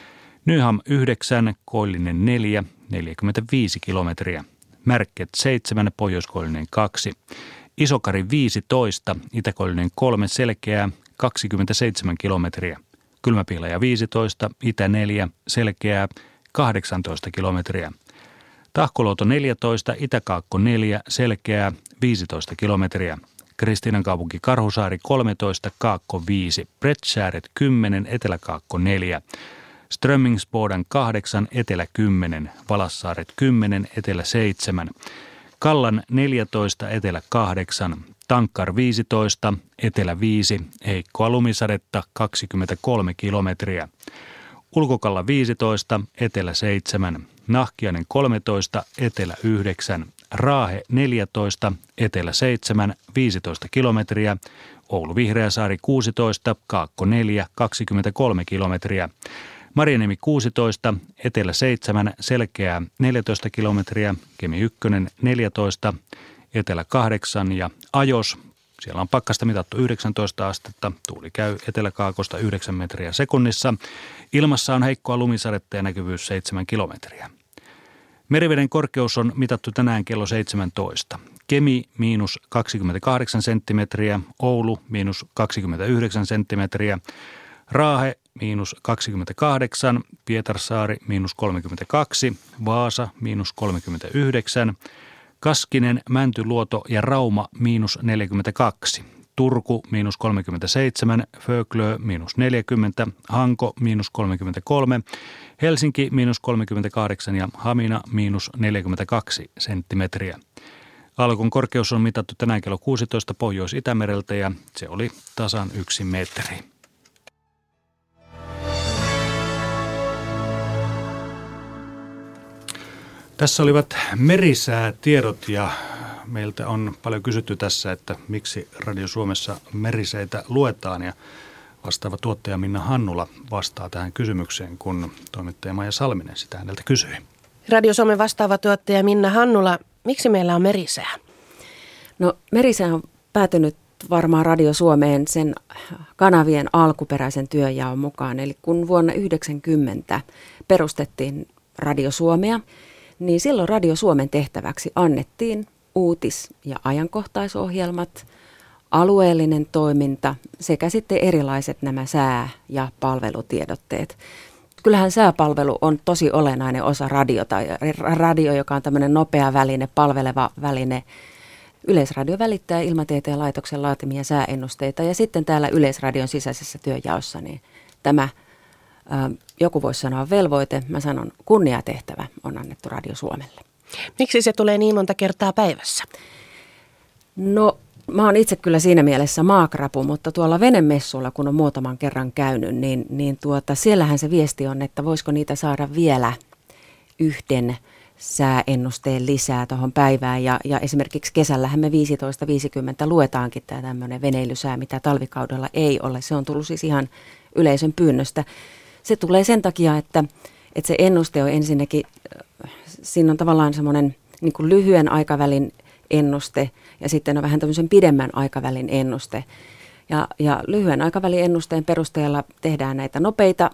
Nyham yhdeksän, koillinen neljä, neljäkymmentäviisi kilometriä. Märket seitsemän, pohjoiskoillinen kaksi. Isokari viisitoista, itäkoillinen kolme, selkeää, kaksikymmentäseitsemän kilometriä. Kylmäpihlaja viisitoista, itä neljä, selkeää, kahdeksantoista kilometriä. Tahkoluoto neljätoista, Itäkaakko neljä, selkeää, viisitoista kilometriä. Kristiinankaupunki Karhusaari kolmetoista, Kaakko viisi. Bredtjäret kymmenen, Eteläkaakko neljä. Strömmingsboden kahdeksan, Etelä kymmenen. Valassaaret kymmenen, Etelä seitsemän. Kallan neljätoista, Etelä kahdeksan. Tankkar viisitoista, Etelä viisi. Heikkoa lumisadetta kaksikymmentäkolme kilometriä. Ulkokalla viisitoista, Etelä seitsemän. Nahkiainen kolmetoista, Etelä yhdeksän. Raahe neljätoista, Etelä seitsemän, viisitoista kilometriä. Oulu Vihreäsaari kuusitoista, Kaakko neljä, kaksikymmentäkolme kilometriä. Marjaniemi kuusitoista, Etelä seitsemän, selkeää neljätoista kilometriä. Kemi yksi neljätoista, Etelä kahdeksan ja Ajos. Siellä on pakkasta mitattu yhdeksäntoista astetta. Tuuli käy eteläkaakosta yhdeksän metriä sekunnissa. Ilmassa on heikkoa lumisadetta ja näkyvyys seitsemän kilometriä. Meriveden korkeus on mitattu tänään kello seitsemäntoista. Kemi miinus kaksikymmentäkahdeksan senttimetriä, Oulu miinus kaksikymmentäyhdeksän senttimetriä, Raahe miinus kaksikymmentäkahdeksan, Pietarsaari miinus kolmekymmentäkaksi, Vaasa miinus kolmekymmentäyhdeksän, Kaskinen, Mäntyluoto ja Rauma miinus neljäkymmentäkaksi. Turku miinus kolmekymmentäseitsemän, Föglö miinus neljäkymmentä, Hanko miinus kolmekymmentäkolme, Helsinki miinus kolmekymmentäkahdeksan ja Hamina miinus neljäkymmentäkaksi senttimetriä. Aallokon korkeus on mitattu tänään kello kuusitoista Pohjois-Itämereltä ja se oli tasan yksi metri. Tässä olivat merisäätiedot ja meiltä on paljon kysytty tässä, että miksi Radio Suomessa meriseitä luetaan ja vastaava tuottaja Minna Hannula vastaa tähän kysymykseen, kun toimittaja Maija Salminen sitä häneltä kysyi. Radio Suomen vastaava tuottaja Minna Hannula, miksi meillä on merisää? No merisää on päätynyt varmaan Radio Suomeen sen kanavien alkuperäisen työnjaon mukaan. Eli kun vuonna yhdeksänkymmentä perustettiin Radio Suomea, niin silloin Radio Suomen tehtäväksi annettiin uutis- ja ajankohtaisohjelmat, alueellinen toiminta sekä sitten erilaiset nämä sää- ja palvelutiedotteet. Kyllähän sääpalvelu on tosi olennainen osa radiota. Radio, joka on tämmöinen nopea väline, palveleva väline. Yleisradio välittää Ilmatieteen laitoksen laatimia sääennusteita ja sitten täällä Yleisradion sisäisessä työnjaossa niin tämä joku voisi sanoa velvoite, mä sanon kunniatehtävä on annettu Radio Suomelle. Miksi se tulee niin monta kertaa päivässä? No mä oon itse kyllä siinä mielessä maakrapu, mutta tuolla venemessuilla kun on muutaman kerran käynyt, niin, niin tuota, siellähän se viesti on, että voisiko niitä saada vielä yhden sääennusteen lisää tuohon päivään. Ja, ja esimerkiksi kesällähän me viisitoista viisikymmentä luetaankin tämä tämmöinen veneilysää, mitä talvikaudella ei ole. Se on tullut siis ihan yleisön pyynnöstä. Se tulee sen takia, että, että se ennuste on ensinnäkin, siinä on tavallaan semmoinen niin kuin lyhyen aikavälin ennuste ja sitten on vähän tämmöisen pidemmän aikavälin ennuste. Ja, ja lyhyen aikavälin ennusteen perusteella tehdään näitä nopeita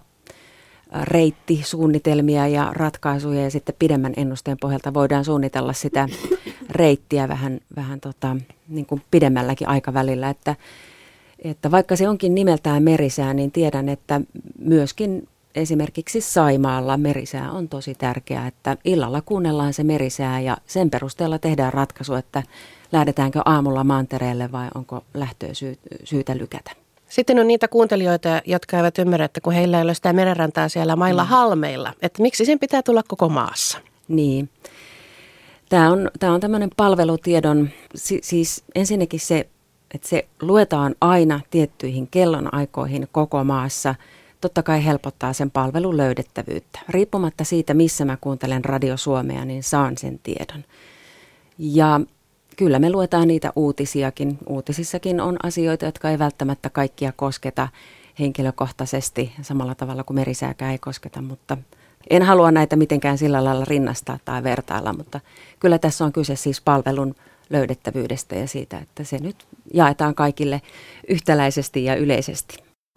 reittisuunnitelmia ja ratkaisuja ja sitten pidemmän ennusteen pohjalta voidaan suunnitella sitä reittiä vähän, vähän tota, niin kuin pidemmälläkin aikavälillä, että, että vaikka se onkin nimeltään merisää, niin tiedän, että myöskin esimerkiksi Saimaalla merisää on tosi tärkeää, että illalla kuunnellaan se merisää ja sen perusteella tehdään ratkaisu, että lähdetäänkö aamulla mantereelle vai onko lähtöä syy, syytä lykätä. Sitten on niitä kuuntelijoita, jotka eivät ymmärrä, että kun heillä ei ole sitä merenrantaa siellä mailla halmeilla, että miksi sen pitää tulla koko maassa? Niin. Tämä on, tämä on tämmöinen palvelutiedon, si, siis ensinnäkin se, että se luetaan aina tiettyihin kellonaikoihin koko maassa. Totta kai helpottaa sen palvelun löydettävyyttä. Riippumatta siitä, missä mä kuuntelen Radio Suomea, niin saan sen tiedon. Ja kyllä me luetaan niitä uutisiakin. Uutisissakin on asioita, jotka ei välttämättä kaikkia kosketa henkilökohtaisesti samalla tavalla kuin merisääkään ei kosketa, mutta en halua näitä mitenkään sillä lailla rinnastaa tai vertailla, mutta kyllä tässä on kyse siis palvelun löydettävyydestä ja siitä, että se nyt jaetaan kaikille yhtäläisesti ja yleisesti.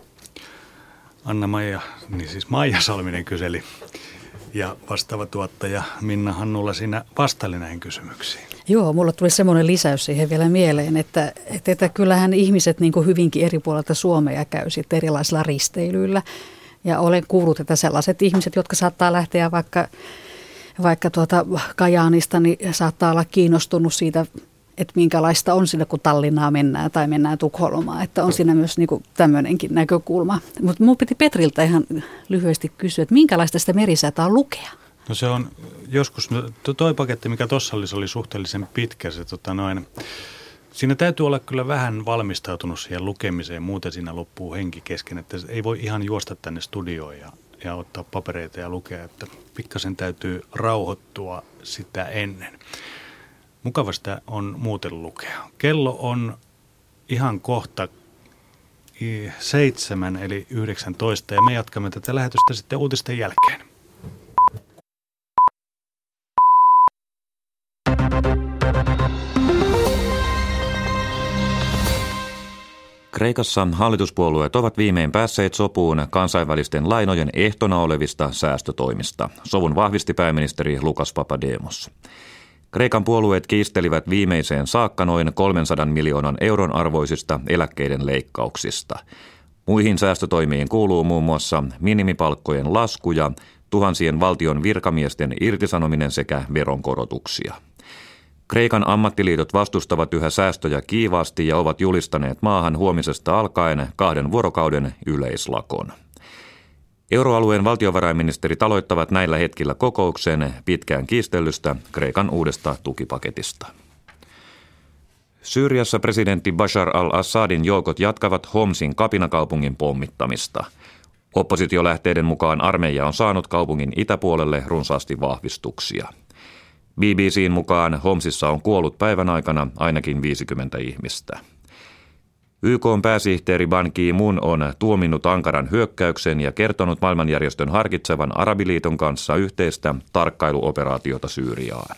Anna-Maija, niin siis Maija Salminen kyseli ja vastaava tuottaja Minna Hannula siinä vastaili näihin kysymyksiin. Joo, mulla tuli semmoinen lisäys siihen vielä mieleen, että, että, että kyllähän ihmiset niin kuin hyvinkin eri puolilta Suomea käy sitten erilaisilla risteilyillä. Ja olen kuullut, että sellaiset ihmiset, jotka saattaa lähteä vaikka, vaikka tuota Kajaanista, niin saattaa olla kiinnostunut siitä, että minkälaista on siinä, kun Tallinnaa mennään tai mennään Tukholmaan. Että on siinä myös niin kuin tämmöinenkin näkökulma. Mutta minun piti Petriltä ihan lyhyesti kysyä, että minkälaista sitä merisäätä on lukea? No se on joskus, toi paketti, mikä tuossa oli, se oli suhteellisen pitkä. Se, tota noin, siinä täytyy olla kyllä vähän valmistautunut siihen lukemiseen, muuten siinä loppuu henki kesken. Että ei voi ihan juosta tänne studioon ja, ja ottaa papereita ja lukea, että pikkasen täytyy rauhoittua sitä ennen. Mukava sitä on muuten lukea. Kello on ihan kohta seitsemän eli yhdeksäntoista ja me jatkamme tätä lähetystä sitten uutisten jälkeen. Kreikassa hallituspuolueet ovat viimein päässeet sopuun kansainvälisten lainojen ehtona olevista säästötoimista. Sovun vahvisti pääministeri Lukas Papademos. Kreikan puolueet kiistelivät viimeiseen saakka noin kolmensadan miljoonan euron arvoisista eläkkeiden leikkauksista. Muihin säästötoimiin kuuluu muun muassa minimipalkkojen lasku ja tuhansien valtion virkamiesten irtisanominen sekä veronkorotuksia. Kreikan ammattiliitot vastustavat yhä säästöjä kiivaasti ja ovat julistaneet maahan huomisesta alkaen kahden vuorokauden yleislakon. Euroalueen valtiovarainministerit aloittavat näillä hetkillä kokouksen pitkään kiistellystä Kreikan uudesta tukipaketista. Syyriassa presidentti Bashar al-Assadin joukot jatkavat Homsin kapinakaupungin pommittamista. Oppositiolähteiden mukaan armeija on saanut kaupungin itäpuolelle runsaasti vahvistuksia. B B C:n mukaan Homsissa on kuollut päivän aikana ainakin viisikymmentä ihmistä. Y K:n pääsihteeri Ban Ki-moon on tuominnut ankaran hyökkäyksen ja kertonut maailmanjärjestön harkitsevan Arabiliiton kanssa yhteistä tarkkailuoperaatiota Syyriaan.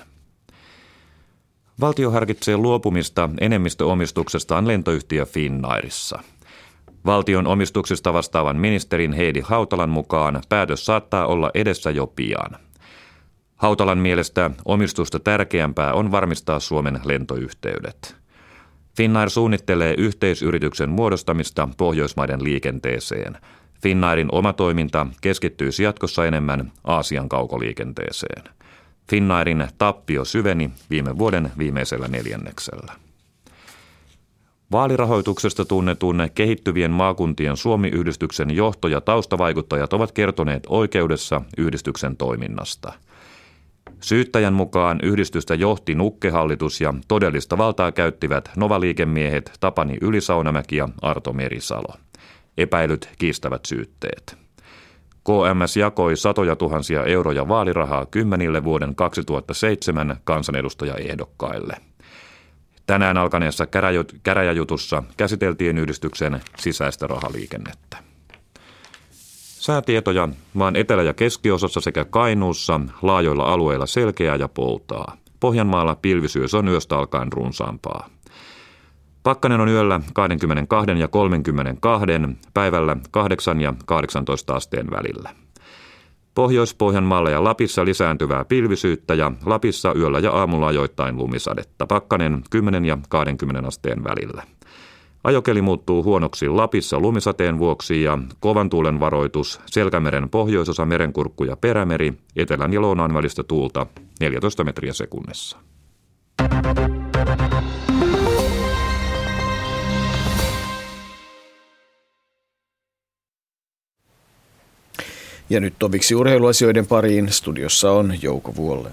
Valtio harkitsee luopumista enemmistöomistuksestaan lentoyhtiö Finnairissa. Valtion omistuksesta vastaavan ministerin Heidi Hautalan mukaan päätös saattaa olla edessä jo pian. Hautalan mielestä omistusta tärkeämpää on varmistaa Suomen lentoyhteydet. Finnair suunnittelee yhteisyrityksen muodostamista Pohjoismaiden liikenteeseen. Finnairin oma toiminta keskittyisi jatkossa enemmän Aasian kaukoliikenteeseen. Finnairin tappio syveni viime vuoden viimeisellä neljänneksellä. Vaalirahoituksesta tunnetun kehittyvien maakuntien Suomi-yhdistyksen johto- ja taustavaikuttajat ovat kertoneet oikeudessa yhdistyksen toiminnasta. Syyttäjän mukaan yhdistystä johti nukkehallitus ja todellista valtaa käyttivät Nova-liikemiehet Tapani Ylisaunamäki ja Arto Merisalo. Epäilyt kiistävät syytteet. K M S jakoi satoja tuhansia euroja vaalirahaa kymmenille vuoden kaksituhattaseitsemän kansanedustajaehdokkaille. Tänään alkaneessa käräjäjutussa käsiteltiin yhdistyksen sisäistä rahaliikennettä. Säätietoja maan etelä- ja keskiosassa sekä Kainuussa laajoilla alueilla selkeää ja poutaa. Pohjanmaalla pilvisyys on yöstä alkaen runsaampaa. Pakkanen on yöllä kaksikymmentäkaksi ja kolmekymmentäkaksi, päivällä kahdeksan ja kahdeksantoista asteen välillä. Pohjois-Pohjanmaalla ja Lapissa lisääntyvää pilvisyyttä ja Lapissa yöllä ja aamulla ajoittain lumisadetta. Pakkanen kymmenen ja kaksikymmentä asteen välillä. Ajokeli muuttuu huonoksi Lapissa lumisateen vuoksi ja kovan tuulen varoitus Selkämeren pohjoisosa, Merenkurkku ja Perämeri, etelän ja lounaan välistä tuulta neljätoista metriä sekunnissa. Ja nyt toviksi urheiluasioiden pariin. Studiossa on Jouko Vuolle.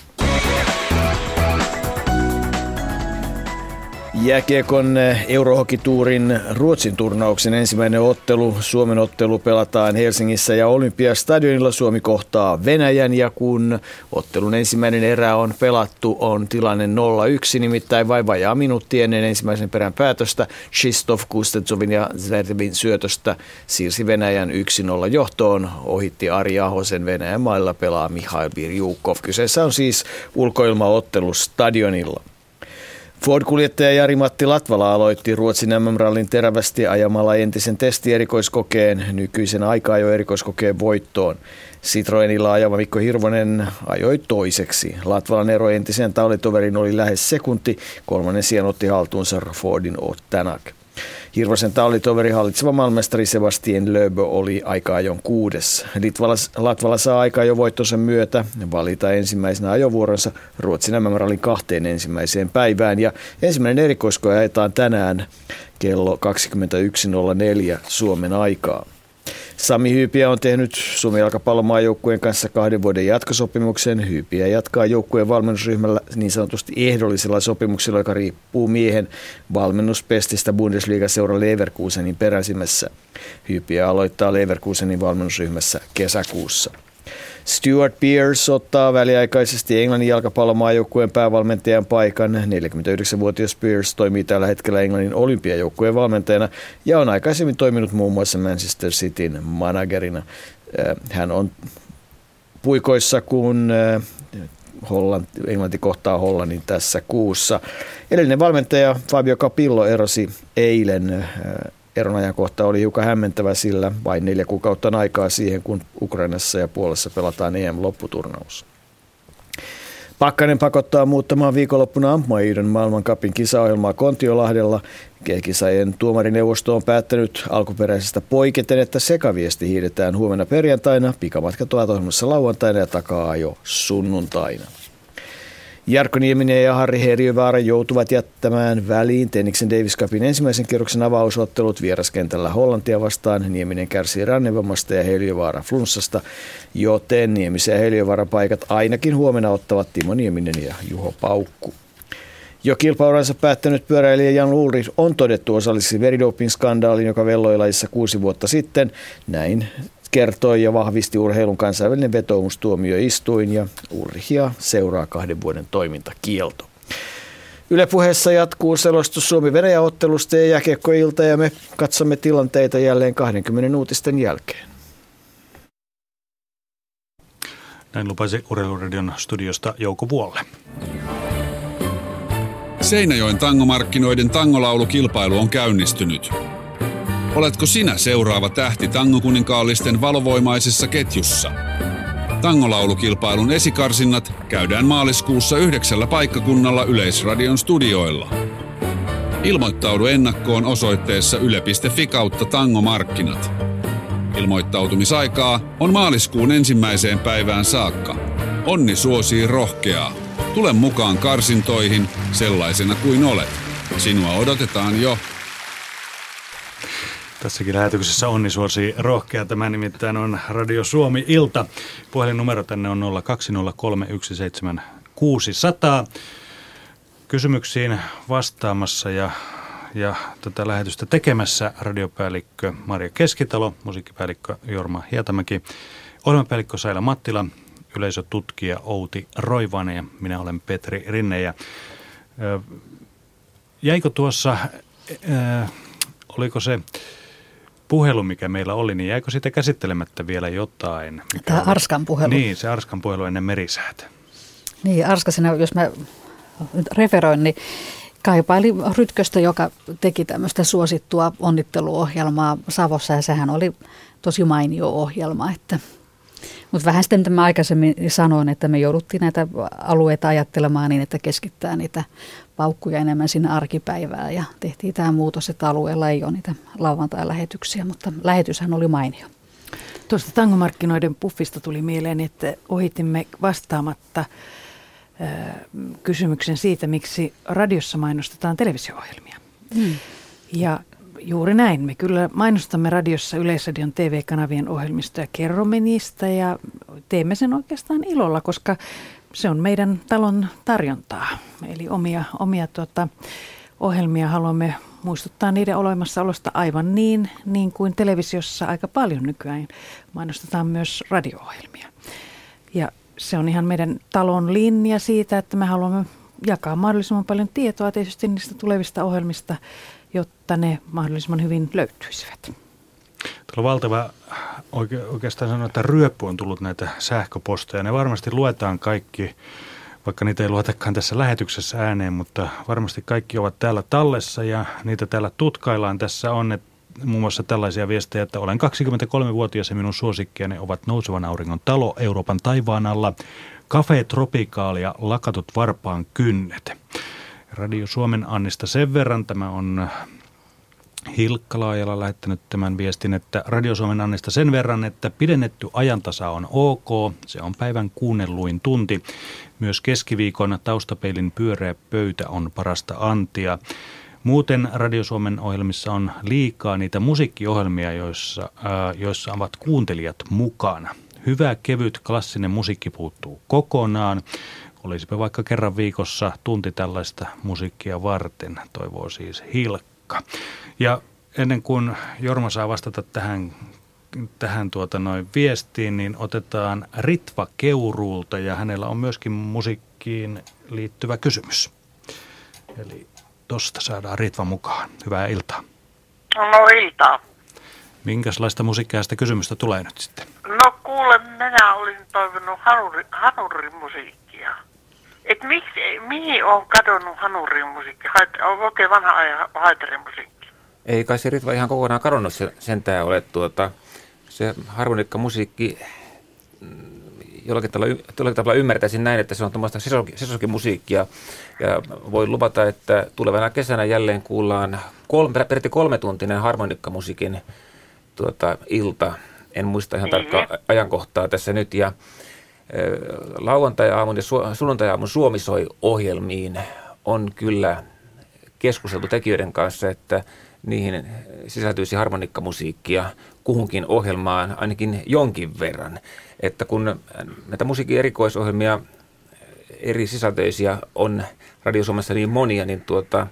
Jääkiekon Eurohokituurin Ruotsin turnauksen ensimmäinen ottelu, Suomen ottelu pelataan Helsingissä ja Olympiastadionilla. Suomi kohtaa Venäjän ja kun ottelun ensimmäinen erä on pelattu, on tilanne nolla yksi, nimittäin vain vajaa minuutti ennen ensimmäisen perän päätöstä. Kšištof Kustetsovin ja Zverevin syötöstä siirsi Venäjän yksi nolla johtoon, ohitti Ari Ahosen. Venäjän mailla pelaa Mihail Virjukov. Kyseessä on siis ulkoilmaottelu stadionilla. Ford-kuljettaja Jari-Matti Latvala aloitti Ruotsin M M-rallin terävästi ajamalla entisen testierikoiskokeen nykyisen aika-ajo-erikoiskokeen voittoon. Citroenilla ajava Mikko Hirvonen ajoi toiseksi. Latvalan ero entiseen tallitoveriin oli lähes sekunti. Kolmannen sijan otti haltuunsa Fordin Ott Tänak. Hirvosen tallitoveri hallitseva maailmanmestari Sebastien Loeb oli aika-ajon kuudes. Latvala saa aika-ajon voittonsa myötä valita ensimmäisenä ajovuoronsa Ruotsin M M-rallin kahteen ensimmäiseen päivään. Ja ensimmäinen erikoiskoe ajetaan tänään kello kaksikymmentäyksi nolla neljä Suomen aikaa. Sami Hyypiä on tehnyt Suomen jalkapallomaajoukkueen kanssa kahden vuoden jatkosopimuksen. Hyypiä jatkaa joukkueen valmennusryhmällä niin sanotusti ehdollisella sopimuksella, joka riippuu miehen valmennuspestistä Bundesliga-seura Leverkusenin peräsimessä. Hyypiä aloittaa Leverkusenin valmennusryhmässä kesäkuussa. Stuart Pearce ottaa väliaikaisesti Englannin jalkapallomaajoukkueen päävalmentajan paikan. neljäkymmentäyhdeksänvuotias Pearce toimii tällä hetkellä Englannin olympiajoukkueen valmentajana ja on aikaisemmin toiminut muun muassa Manchester Cityn managerina. Hän on puikoissa, kun Hollanti, Englanti kohtaa Hollannin tässä kuussa. Edellinen valmentaja Fabio Capillo erosi eilen. Eron ajankohta oli hiukan hämmentävä, sillä vain neljä kuukautta on aikaa siihen, kun Ukrainassa ja Puolassa pelataan E M-lopputurnaus. Pakkanen pakottaa muuttamaan viikonloppuna Ampmaiidon maailmancupin kisaohjelmaa Kontiolahdella. Kisaajien tuomarineuvosto on päättänyt alkuperäisestä poiketen, että sekaviesti hiidetään huomenna perjantaina, pikamatkat ovat ohjelmassa lauantaina ja takaa jo sunnuntaina. Jarkko Nieminen ja Harri Heriövaara joutuvat jättämään väliin Tenniksen Davis Cupin ensimmäisen kierroksen avausottelut vieraskentällä Hollantia vastaan. Nieminen kärsii rannevammasta ja Heliövaara flunssasta, joten Niemisen ja Heliövaaran paikat ainakin huomenna ottavat Timo Nieminen ja Juho Paukku. Jo kilpauransa päättänyt pyöräilijä Jan Ulrich on todettu osalliseksi veridoping-skandaalin, joka velloi lajissa kuusi vuotta sitten. Näin kertoi ja vahvisti urheilun kansainvälinen vetoomustuomioistuin ja Ulrichia seuraa kahden vuoden toimintakielto. Yle Puheessa jatkuu selostus Suomi-Venäjä-ottelusta ja jääkiekkoilta ja me katsomme tilanteita jälleen kaksikymmentä uutisten jälkeen. Näin lupasi Urheiluradion studiosta Jouko Vuolle. Seinäjoen tangomarkkinoiden tangolaulukilpailu on käynnistynyt. Oletko sinä seuraava tähti tangokuninkaalisten valovoimaisessa ketjussa? Tangolaulukilpailun esikarsinnat käydään maaliskuussa yhdeksällä paikkakunnalla Yleisradion studioilla. Ilmoittaudu ennakkoon osoitteessa yle piste fi kautta tangomarkkinat. Ilmoittautumisaikaa on maaliskuun ensimmäiseen päivään saakka. Onni suosii rohkeaa. Tule mukaan karsintoihin sellaisena kuin olet. Sinua odotetaan jo. Tässäkin lähetyksessä onni suosii rohkea. Tämä nimittäin on Radio Suomi Ilta. Puhelinnumero tänne on nolla kaksi nolla kolme yksi seitsemän kuusi nolla nolla. Kysymyksiin vastaamassa ja, ja tätä lähetystä tekemässä radiopäällikkö Maria Keskitalo, musiikkipäällikkö Jorma Hietamäki, ohjelmapäällikkö Saila Mattila, yleisötutkija Outi Roivainen ja minä olen Petri Rinne. Ja, ö, jäikö tuossa, ö, oliko se puhelu, mikä meillä oli, niin jäikö siitä käsittelemättä vielä jotain? Tämä Arskan puhelu. Niin, se Arskan puhelu ennen merisäätä. Niin, Arskasena, jos mä nyt referoin, niin kaipaili Rytköstä, joka teki tämmöistä suosittua onnitteluohjelmaa Savossa, ja sehän oli tosi mainio ohjelma, että Mutta vähän sitten, mitä mä aikaisemmin sanoin, että me jouduttiin näitä alueita ajattelemaan niin, että keskittää niitä paukkuja enemmän sinne arkipäivään. Ja tehtiin tämä muutos, että alueella ei ole niitä lauantai-lähetyksiä, mutta lähetyshän oli mainio. Tuosta tangomarkkinoiden puffista tuli mieleen, että ohitimme vastaamatta äh, kysymyksen siitä, miksi radiossa mainostetaan televisio-ohjelmia. Hmm. Ja juuri näin. Me kyllä mainostamme radiossa Yleisradion T V-kanavien ohjelmistoja, kerromme niistä ja teemme sen oikeastaan ilolla, koska se on meidän talon tarjontaa. Eli omia, omia tuota, ohjelmia haluamme muistuttaa niiden olemassaolosta aivan niin, niin kuin televisiossa aika paljon nykyään mainostetaan myös radio-ohjelmia. Ja se on ihan meidän talon linja siitä, että me haluamme jakaa mahdollisimman paljon tietoa tietysti niistä tulevista ohjelmista, jotta ne mahdollisimman hyvin löytyisivät. Tuolla on valtava, oike, oikeastaan sanoa, että ryöppy on tullut näitä sähköposteja. Ne varmasti luetaan kaikki, vaikka niitä ei luetakaan tässä lähetyksessä ääneen, mutta varmasti kaikki ovat täällä tallessa ja niitä täällä tutkaillaan. Tässä on että muun muassa tällaisia viestejä, että olen kaksikymmentäkolmevuotias ja minun suosikkiani ovat Nousevan auringon talo Euroopan taivaan alla, Cafe Tropical ja Lakatut varpaan kynnet. Radio Suomen Annista sen verran, tämä on Hilkka Laajala lähettänyt tämän viestin, että Radio Suomen Annista sen verran, että pidennetty ajantasa on ok, se on päivän kuunnelluin tunti. Myös keskiviikon taustapeilin pyöreä pöytä on parasta antia. Muuten Radio Suomen ohjelmissa on liikaa niitä musiikkiohjelmia, joissa, äh, joissa ovat kuuntelijat mukana. Hyvä, kevyt, klassinen musiikki puuttuu kokonaan. Olisipa vaikka kerran viikossa tunti tällaista musiikkia varten, toivoo siis Hilkka. Ja ennen kuin Jorma saa vastata tähän, tähän tuota noin viestiin, niin otetaan Ritva Keuruulta ja hänellä on myöskin musiikkiin liittyvä kysymys. Eli tosta saadaan Ritva mukaan. Hyvää iltaa. No iltaa. Minkälaista musiikkia sitä kysymystä tulee nyt sitten? No kuule, minä olin toivonut hanuri, hanurimusiikkia. Et miksi, mihin on kadonnut hanurimusiikki? On oikein vanha ajan haiterimusiikki. Ei kai se Ritva ihan kokonaan kadonnut sentään ole tuota, se harmonikkamusiikki, jollakin tavalla, jollakin tavalla ymmärtäisin näin, että se on tuommoista sesokimusiikkia. Ja voi luvata, että tulevana kesänä jälleen kuullaan kolme, peräti kolmetuntinen harmonikkamusiikin tuota, ilta. En muista ihan tarkkaa ajankohtaa tässä nyt. Ja lauantai-aamun ja su- sunnuntai-aamun Suomi soi -ohjelmiin on kyllä keskusteltu tekijöiden kanssa, että niihin sisältyisi harmonikkamusiikkia kuhunkin ohjelmaan ainakin jonkin verran. Että kun näitä musiikin erikoisohjelmia eri sisältöisiä on Radio Suomessa niin monia, niin tuota,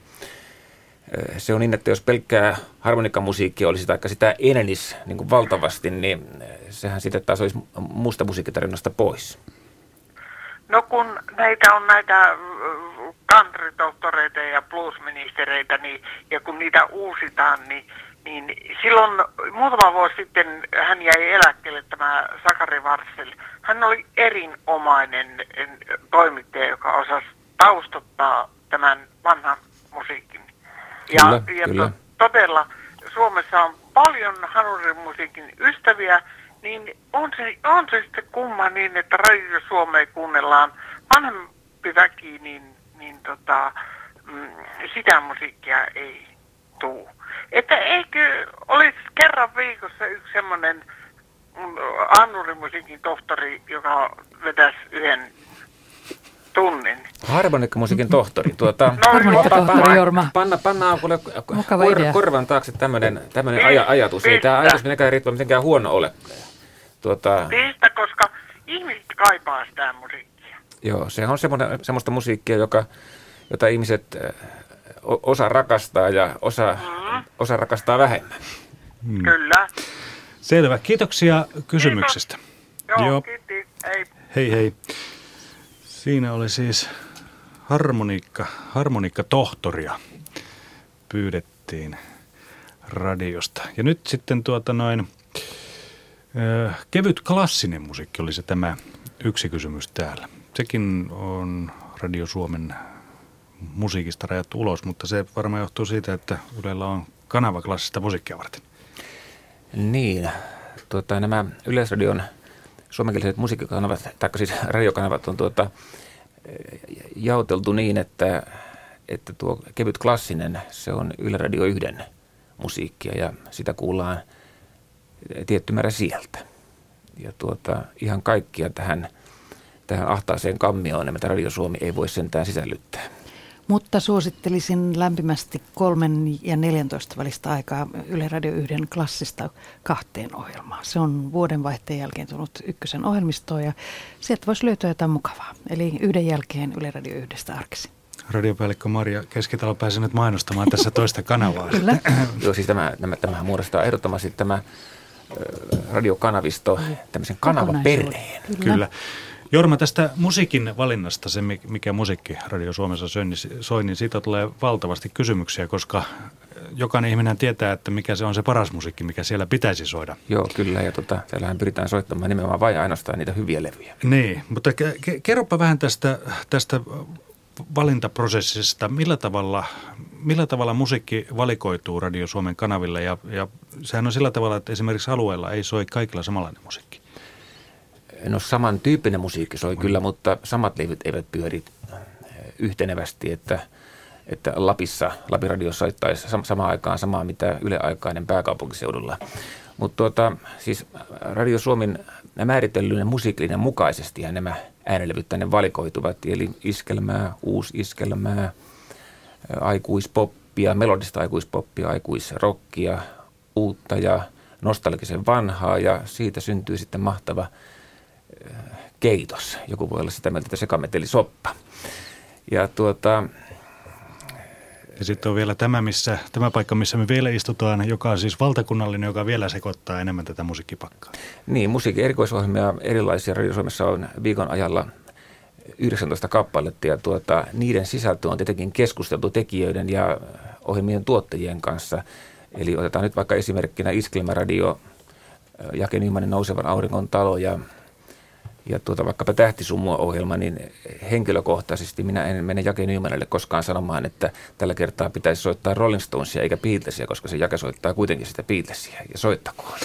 se on niin, että jos pelkkää harmonikkamusiikkia olisi tai sitä enenisi niin kuin valtavasti, niin sehän sitten taas olisi muusta musiikkitarinasta pois. No kun näitä on näitä country-tohtoreita ja bluesministereitä, niin, ja kun niitä uusitaan, niin, niin silloin muutama vuosi sitten hän jäi eläkkeelle, tämä Sakari Varssel. Hän oli erinomainen toimittaja, joka osasi taustottaa tämän vanhan musiikin. Ja, kyllä, ja kyllä. todella Suomessa on paljon hanurimusiikin ystäviä, niin on se, on se sitten kumma niin, että Radio Suomea kuunnellaan vanhempi väki, niin, niin tota, mm, sitä musiikkia ei tule. Että eikö olisi kerran viikossa yksi semmoinen hanurimusiikin tohtori, joka vetäisi yhden tunnin. Harmonikkamusiikin tohtori. Tuota, Harmonikka-tohtori Jorma. Panna, pannaan kuule kor, korvan taakse tämmöinen aja, ajatus. Ei tämä ajatus mitenkään Ritva mitenkään huono ole. Tuota, Pistä, koska ihmiset kaipaa sitä musiikkia. Joo, se on semmoista musiikkia, joka, jota ihmiset osa rakastaa ja osa, mm. osa rakastaa vähemmän. Hmm. Kyllä. Selvä. Kiitoksia kysymyksestä. Kiitos. Joo, Joo. Kiitos. Hei. Hei hei. Siinä oli siis harmonikka, harmonikkatohtoria pyydettiin radiosta. Ja nyt sitten tuota noin, ö, kevyt klassinen musiikki oli se tämä yksi kysymys täällä. Sekin on Radio Suomen musiikista rajattu ulos, mutta se varmaan johtuu siitä, että Ylellä on kanava klassista musiikkia varten. Niin, tuota, nämä Yleisradion suomenkieliset musiikkikanavat, tai siis radiokanavat on tuota, jaoteltu niin, että, että tuo kevyt klassinen, se on Yle Radio yhden musiikkia ja sitä kuullaan tietty määrä sieltä. Ja tuota, ihan kaikkia tähän, tähän ahtaaseen kammioon nimeltä Radio Suomi ei voi sentään sisällyttää. Mutta suosittelisin lämpimästi kolmen ja neljäntoista välistä aikaa Yle Radio yhden klassista kahteen ohjelmaa. Se on vuodenvaihteen jälkeen tullut ykkösen ohjelmistoon ja sieltä voisi löytyä jotain mukavaa. Eli yhden jälkeen Yle Radio yhdestä arkisin. Radiopäällikkö Marja Keskitalo pääsi nyt mainostamaan tässä toista kanavaa. Kyllä. Joo, siis tämä, tämä, tämähän muodostaa ehdottomasti tämä radiokanavisto tämmöisen kanavaperheen. Kyllä. Kyllä. Jorma, tästä musiikin valinnasta, se mikä musiikki Radio Suomessa soi, niin siitä tulee valtavasti kysymyksiä, koska jokainen ihminen tietää, että mikä se on se paras musiikki, mikä siellä pitäisi soida. Joo, kyllä, ja tota, siellähän pyritään soittamaan nimenomaan vain ainoastaan niitä hyviä levyjä. Niin, mutta ke- kerropa vähän tästä, tästä valintaprosessista, millä tavalla, millä tavalla musiikki valikoituu Radio Suomen kanaville, ja, ja sehän on sillä tavalla, että esimerkiksi alueella ei soi kaikilla samanlainen musiikki. No samantyyppinen musiikki soi mm. kyllä, mutta samat levyt eivät pyöri yhtenevästi, että, että Lapissa, Lapin radio soittaisi samaan aikaan samaa, mitä Yle-aikainen pääkaupunkiseudulla. Mutta tuota, siis Radio Suomen määritellyn musiikillinen mukaisesti ja nämä äänelevyt tänne valikoituvat, eli iskelmää, uusiskelmää, aikuispoppia, melodista aikuispoppia, aikuisrockia, uutta ja nostalgisen vanhaa, ja siitä syntyy sitten mahtava keitos. Joku voi olla sitä mieltä, että sekametelisoppa. Ja tuota... Ja sitten on vielä tämä, missä, tämä paikka, missä me vielä istutaan, joka on siis valtakunnallinen, joka vielä sekoittaa enemmän tätä musiikkipakkaa. Niin, musiikin erikoisohjelmia erilaisia Radio Suomessa on viikon ajalla yhdeksäntoista kappaletta, ja tuota, niiden sisältö on tietenkin keskusteltu tekijöiden ja ohjelmien tuottajien kanssa. Eli otetaan nyt vaikka esimerkkinä Iskelmäradio, Jake Nymanin Nousevan auringon talo ja Ja tuota, vaikkapa Tähtisumua-ohjelma, niin henkilökohtaisesti minä en mene Jake Nymanille koskaan sanomaan, että tällä kertaa pitäisi soittaa Rolling Stonesia eikä Beatlesia, koska se Jake soittaa kuitenkin sitä Beatlesia, ja soittakoon.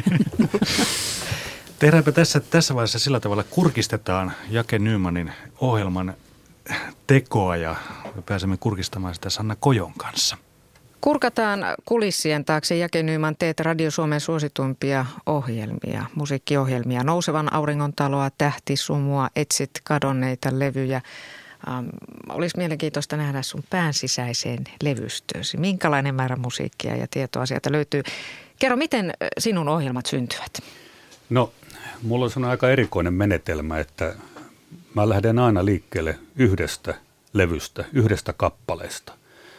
Tehdäänpä tässä, tässä vaiheessa sillä tavalla, kurkistetaan Jake Nymanin ohjelman tekoa ja pääsemme kurkistamaan sitä Sanna Kojon kanssa. Kurkataan kulissien taakse. Jake Nyman, teet Radio Suomen suosituimpia ohjelmia, musiikkiohjelmia. Nousevan auringon taloa, Tähtisumua, etsit kadonneita levyjä. Ähm, olisi mielenkiintoista nähdä sun pään sisäiseen levystöösi. Minkälainen määrä musiikkia ja tietoa sieltä löytyy? Kerro, miten sinun ohjelmat syntyvät? No, mulla on sellainen aika erikoinen menetelmä, että mä lähden aina liikkeelle yhdestä levystä, yhdestä kappaleesta.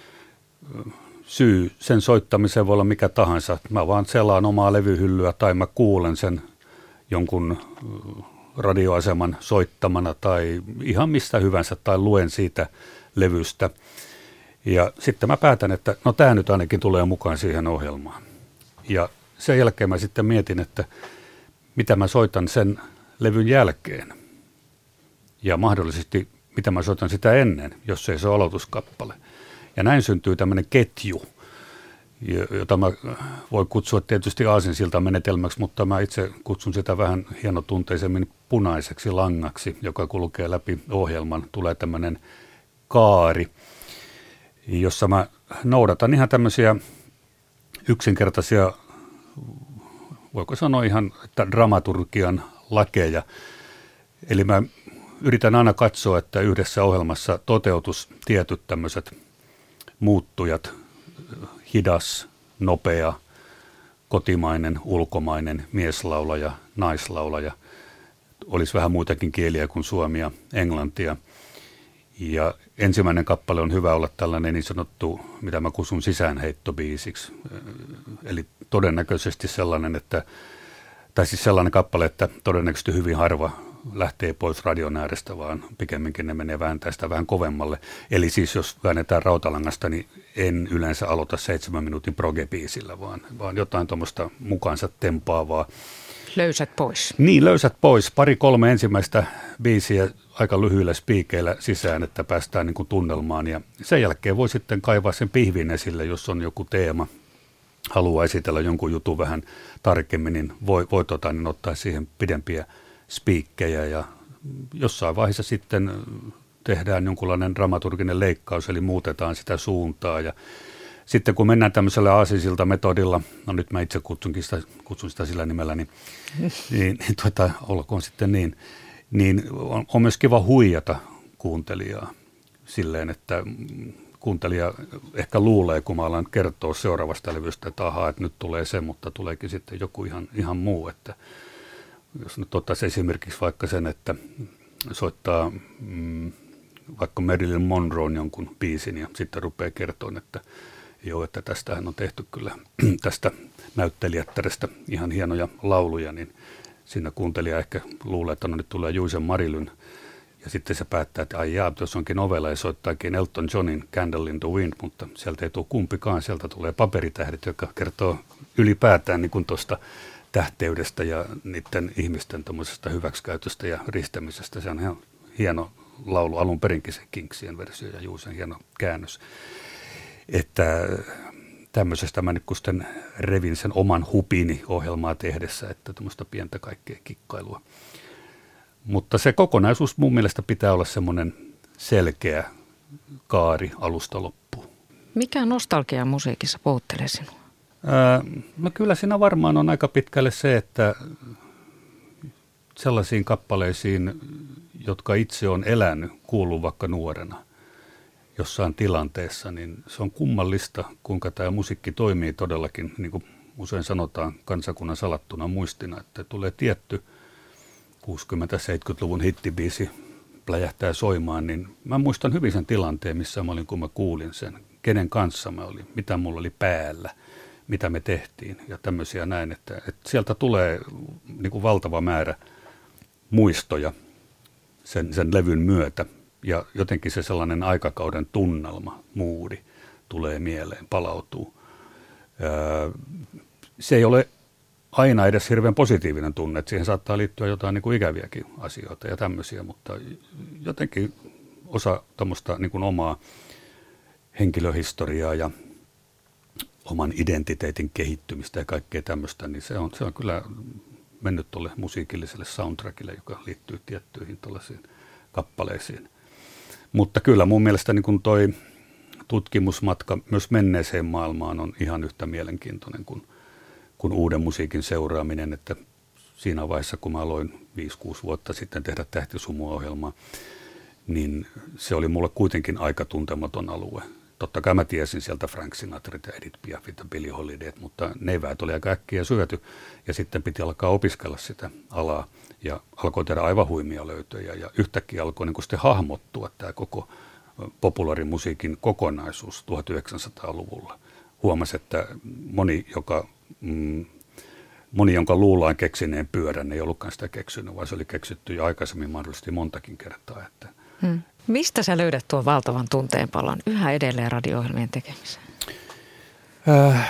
Syy sen soittamiseen voi olla mikä tahansa. Mä vaan selaan omaa levyhyllyä tai mä kuulen sen jonkun radioaseman soittamana tai ihan mistä hyvänsä tai luen siitä levystä. Ja sitten mä päätän, että no tää nyt ainakin tulee mukaan siihen ohjelmaan. Ja sen jälkeen mä sitten mietin, että mitä mä soitan sen levyn jälkeen. Ja mahdollisesti mitä mä soitan sitä ennen, jos ei se ole aloituskappale. Ja näin syntyy tämmöinen ketju, jota mä voin kutsua tietysti aasinsiltamenetelmäksi, mutta mä itse kutsun sitä vähän hienotunteisemmin punaiseksi langaksi, joka kulkee läpi ohjelman. Tulee tämmöinen kaari, jossa mä noudatan ihan tämmöisiä yksinkertaisia, voiko sanoa ihan että dramaturgian lakeja. Eli mä yritän aina katsoa, että yhdessä ohjelmassa toteutus tietyt tämmöiset muuttujat, hidas, nopea, kotimainen, ulkomainen, mieslaulaja, naislaulaja. Olisi vähän muitakin kieliä kuin suomia, englantia. Ja ensimmäinen kappale on hyvä olla tällainen niin sanottu, mitä mä kutsun sisäänheittobiisiksi. Eli todennäköisesti sellainen, että, tai siis sellainen kappale, että todennäköisesti hyvin harva lähtee pois radion äärestä, vaan pikemminkin ne menee vääntää sitä vähän kovemmalle. Eli siis jos väännetään rautalangasta, niin en yleensä aloita seitsemän minuutin proge-biisillä, vaan, vaan jotain tuommoista mukaansa tempaavaa. Löysät pois. Niin, löysät pois. Pari kolme ensimmäistä biisiä aika lyhyillä spiikeillä sisään, että päästään niin kuin tunnelmaan. Ja sen jälkeen voi sitten kaivaa sen pihvin esille, jos on joku teema, haluaa esitellä jonkun jutun vähän tarkemmin, niin voi, voi tota, niin ottaa siihen pidempiä spiikkejä ja jossain vaiheessa sitten tehdään jonkunlainen dramaturginen leikkaus, eli muutetaan sitä suuntaa ja sitten kun mennään tämmöisellä aasisilta metodilla, no nyt mä itse kutsunkin sitä, kutsun sitä sillä nimellä, niin, niin, niin tuota, olkoon sitten niin, niin on, on myös kiva huijata kuuntelijaa silleen, että kuuntelija ehkä luulee, kun mä alan kertoa seuraavasta levystä, että ahaa, että nyt tulee se, mutta tuleekin sitten joku ihan, ihan muu. Että jos nyt ottaisiin esimerkiksi vaikka sen, että soittaa mm, vaikka Marilyn Monroen jonkun biisin ja sitten rupeaa kertomaan, että joo, että tästähän on tehty kyllä tästä näyttelijättärestä ihan hienoja lauluja, niin siinä kuuntelija ehkä luulee, että no nyt tulee Juisen Marilyn. Ja sitten se päättää, että ai jaa, jos onkin ovella ja soittaakin Elton Johnin Candle in the Wind, mutta sieltä ei tule kumpikaan, sieltä tulee paperitähdet, joka kertoo ylipäätään niin kuin tuosta tähteydestä ja niiden ihmisten tuommoisesta hyväksikäytöstä ja ristämisestä. Se on ihan hieno laulu, alun perinkin se Kinksien versio ja Juusen hieno käännös. Että tämmöisestä mä nyt kun sitten revin sen oman hupini ohjelmaa tehdessä, että tämmöistä pientä kaikkea kikkailua. Mutta se kokonaisuus mun mielestä pitää olla semmoinen selkeä kaari alusta loppuun. Mikä nostalgia musiikissa puhuttelee sinua? Ää, no kyllä siinä varmaan on aika pitkälle se, että sellaisiin kappaleisiin, jotka itse on elänyt, kuuluu vaikka nuorena jossain tilanteessa, niin se on kummallista, kuinka tämä musiikki toimii todellakin, niin kuin usein sanotaan, kansakunnan salattuna muistina, että tulee tietty kuusikymmentä-seitsemänkymmentäluvun hittibiisi pläjähtää soimaan, niin mä muistan hyvin sen tilanteen, missä mä olin, kun mä kuulin sen, kenen kanssa mä olin, mitä mulla oli päällä, mitä me tehtiin ja tämmöisiä näin, että, että sieltä tulee niin kuin valtava määrä muistoja sen, sen levyn myötä ja jotenkin se sellainen aikakauden tunnelma, moodi tulee mieleen, palautuu. Öö, se ei ole aina edes hirveän positiivinen tunne, että siihen saattaa liittyä jotain niin kuin ikäviäkin asioita ja tämmöisiä, mutta jotenkin osa tuommoista niin kuin omaa henkilöhistoriaa ja oman identiteetin kehittymistä ja kaikkea tämmöistä, niin se on, se on kyllä mennyt tuolle musiikilliselle soundtrackille, joka liittyy tiettyihin tuollaisiin kappaleisiin. Mutta kyllä mun mielestä niin kuin toi tutkimusmatka myös menneeseen maailmaan on ihan yhtä mielenkiintoinen kuin kuin uuden musiikin seuraaminen, että siinä vaiheessa, kun mä aloin viisi kuusi vuotta sitten tehdä Tähtisumua-ohjelmaa, niin se oli mulle kuitenkin aika tuntematon alue. Totta kai mä tiesin sieltä Frank Sinatrat ja Edith Piafit ja Billie Holidayt, mutta ne eväät oli aika äkkiä syöty ja sitten piti alkaa opiskella sitä alaa ja alkoi tehdä aivan huimia löytöjä ja yhtäkkiä alkoi niin kuin sitten hahmottua tämä koko populaarimusiikin kokonaisuus tuhatyhdeksänsataaluvulla. Huomasi, että moni, joka Mm, moni, jonka luullaan keksineen pyörän, ei ollutkaan sitä keksinyt, vaan se oli keksitty jo aikaisemmin mahdollisesti montakin kertaa. Että. Hmm. Mistä sä löydät tuon valtavan tunteenpalon yhä edelleen radio-ohjelmien tekemiseen? Äh,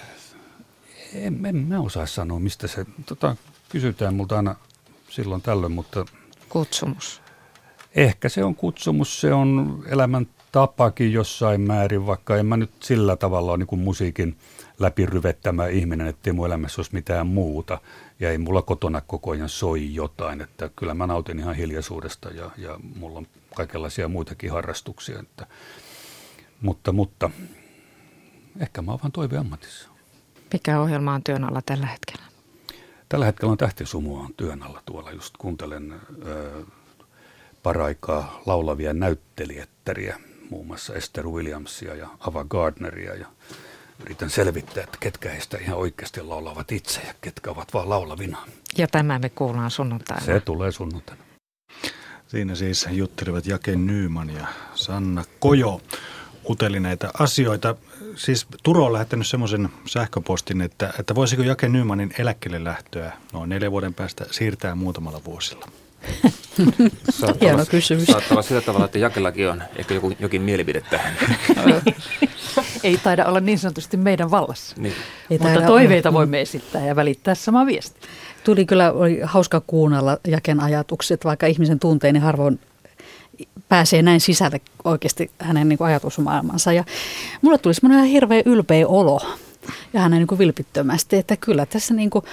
en, en mä osaa sanoa, mistä se, tota, kysytään multa aina silloin tällöin, mutta kutsumus. Ehkä se on kutsumus, se on elämän tapakin jossain määrin, vaikka en mä nyt sillä tavalla ole niin kuin musiikin läpiryvettämä ihminen, ettei mun elämässä olisi mitään muuta. Ja ei mulla kotona koko ajan soi jotain, että kyllä mä nautin ihan hiljaisuudesta ja, ja mulla on kaikenlaisia muitakin harrastuksia. Että, mutta, mutta ehkä mä oon vaan toiveammatissa. Mikä ohjelma on työn alla tällä hetkellä? Tällä hetkellä on Tähtisumua on työn alla tuolla. Just kuuntelen ö, paraikaa laulavia näyttelijättäriä, muun muassa Esther Williamsia ja Ava Gardneria ja yritän selvittää, että ketkä heistä ihan oikeasti laulavat itse ja ketkä ovat vaan laulavina. Ja tämä me kuullaan sunnuntaina. Se tulee sunnuntaina. Siinä siis juttelivat Jake Nyman ja Sanna Kojo. Uteli näitä asioita. Siis Turo on lähettänyt semmoisen sähköpostin, että, että voisiko Jake Nymanin eläkkeelle lähtöä noin neljän vuoden päästä siirtää muutamalla vuosilla? Hieno kysymys. Saattaa olla sillä tavalla, että Jakellakin on ehkä joku, jokin mielipide tähän. Ei taida olla niin sanotusti meidän vallassa, niin. Mutta toiveita voimme esittää ja välittää sama viesti. Tuli kyllä, oli hauska kuunnella Jaken ajatukset, vaikka ihmisen tunteen niin harvoin pääsee näin sisälle oikeasti hänen niin kuin ajatusmaailmansa. Ja mulle tuli semmoinen hirveä ylpeä olo ja hänen niin kuin vilpittömästi, että kyllä tässä niin kuin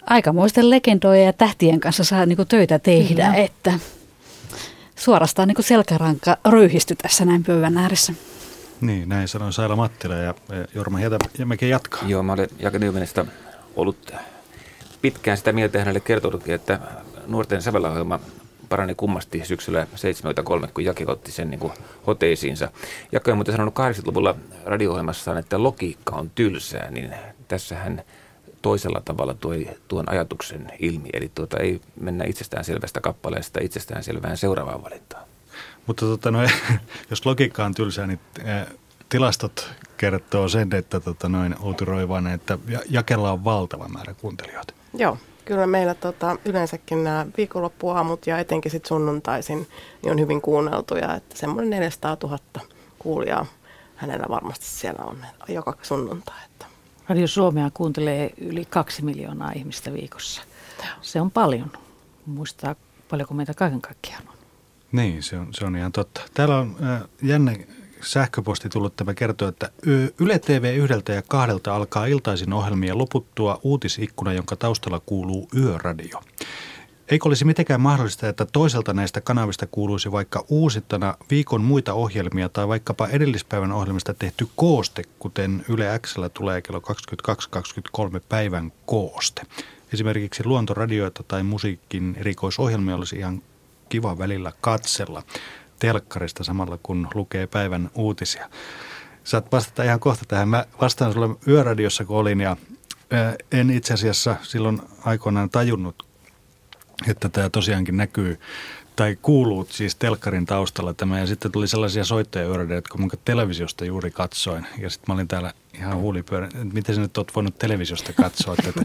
aikamoisten legendojen ja tähtien kanssa saa niin kuin töitä tehdä, mm. että suorastaan niin kuin selkäranka röyhisty tässä näin pöydän ääressä. Niin, näin sanoi Saila Mattila ja Jorma Hietämäki jatkaa. Joo, mä olen Jake Nymanista ollut pitkään sitä mieltä hänelle kertonutkin, että nuorten sävelläohjelma parani kummasti syksyllä seitsemänkymmentäkolme, kun Jake otti sen niin kuin hoteisiinsa. Jake on muuten sanonut kahdeksankymmentäluvulla radio-ohjelmassaan, että logiikka on tylsää, niin tässä hän toisella tavalla toi tuon ajatuksen ilmi. Eli tuota ei mennä itsestäänselvästä kappaleesta itsestäänselvään seuraavaan valintaan. Mutta tota, no, jos logiikka on tylsää, niin ä, tilastot kertoo sen, että tota, noin Outi Roivainen, että Jakella on valtava määrä kuuntelijoita. Joo, kyllä meillä tota, yleensäkin nämä viikonloppuaamut ja etenkin sit sunnuntaisin niin on hyvin kuunneltuja, että semmoinen neljäsataatuhatta kuulijaa hänellä varmasti siellä on joka sunnuntai. Että. Radio Suomea kuuntelee yli kaksi miljoonaa ihmistä viikossa. Se on paljon. Muistaa paljonko meitä kaiken kaikkiaan on. Niin, se on, se on ihan totta. Täällä on äh, jännä sähköposti tullut, tämä kertoo, että Yle T V yhdeltä ja kahdelta alkaa iltaisin ohjelmia loputtua uutisikkuna, jonka taustalla kuuluu yöradio. Eikö olisi mitenkään mahdollista, että toiselta näistä kanavista kuuluisi vaikka uusittana viikon muita ohjelmia tai vaikkapa edellispäivän ohjelmista tehty kooste, kuten Yle X:llä tulee kello kaksikymmentäkaksi kaksikymmentäkolme päivän kooste. Esimerkiksi luontoradioita tai musiikin erikoisohjelmia olisi ihan kiva välillä katsella telkkarista samalla kun lukee päivän uutisia. Saat vastata ihan kohta tähän. Mä vastaan sulle yöradiossa kun olin ja en itse asiassa silloin aikoinaan tajunnut, että tämä tosiaankin näkyy tai kuuluu siis telkkarin taustalla tämä. Ja sitten tuli sellaisia soittajayöradioita, kun minkä televisiosta juuri katsoin. Ja sitten mä olin täällä ihan huulipyörän, että miten sä nyt oot voinut televisiosta katsoa tätä,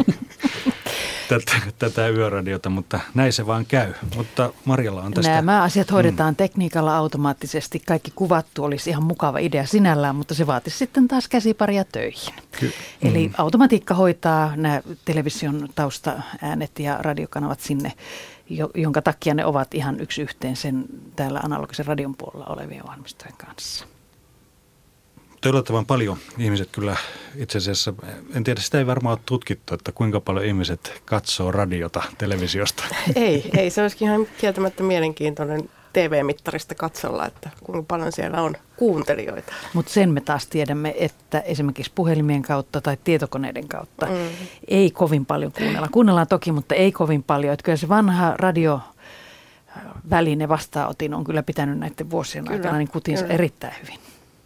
tätä, tätä yöradiota, mutta näin se vaan käy. Mutta Marjalla on tästä. Nämä asiat hoidetaan mm. tekniikalla automaattisesti. Kaikki kuvattu olisi ihan mukava idea sinällään, mutta se vaatisi sitten taas käsiparia töihin. Ky- Eli mm. automatiikka hoitaa nämä television taustaäänet ja radiokanavat sinne, jonka takia ne ovat ihan yksi yhteen sen täällä analogisen radion puolella olevien ohjelmistojen kanssa. Yllättävän paljon ihmiset kyllä itse asiassa, en tiedä, sitä ei varmaan ole tutkittu, että kuinka paljon ihmiset katsoo radiota televisiosta. Ei, ei se olisikin ihan kieltämättä mielenkiintoinen T V-mittarista katsella, että kuinka paljon siellä on kuuntelijoita. Mutta sen me taas tiedämme, että esimerkiksi puhelimien kautta tai tietokoneiden kautta mm. ei kovin paljon kuunnella. Kuunnellaan toki, mutta ei kovin paljon. Että kyllä se vanha radioväline vastaanotin on kyllä pitänyt näiden vuosien kyllä, aikana niin kutinsa kyllä. erittäin hyvin.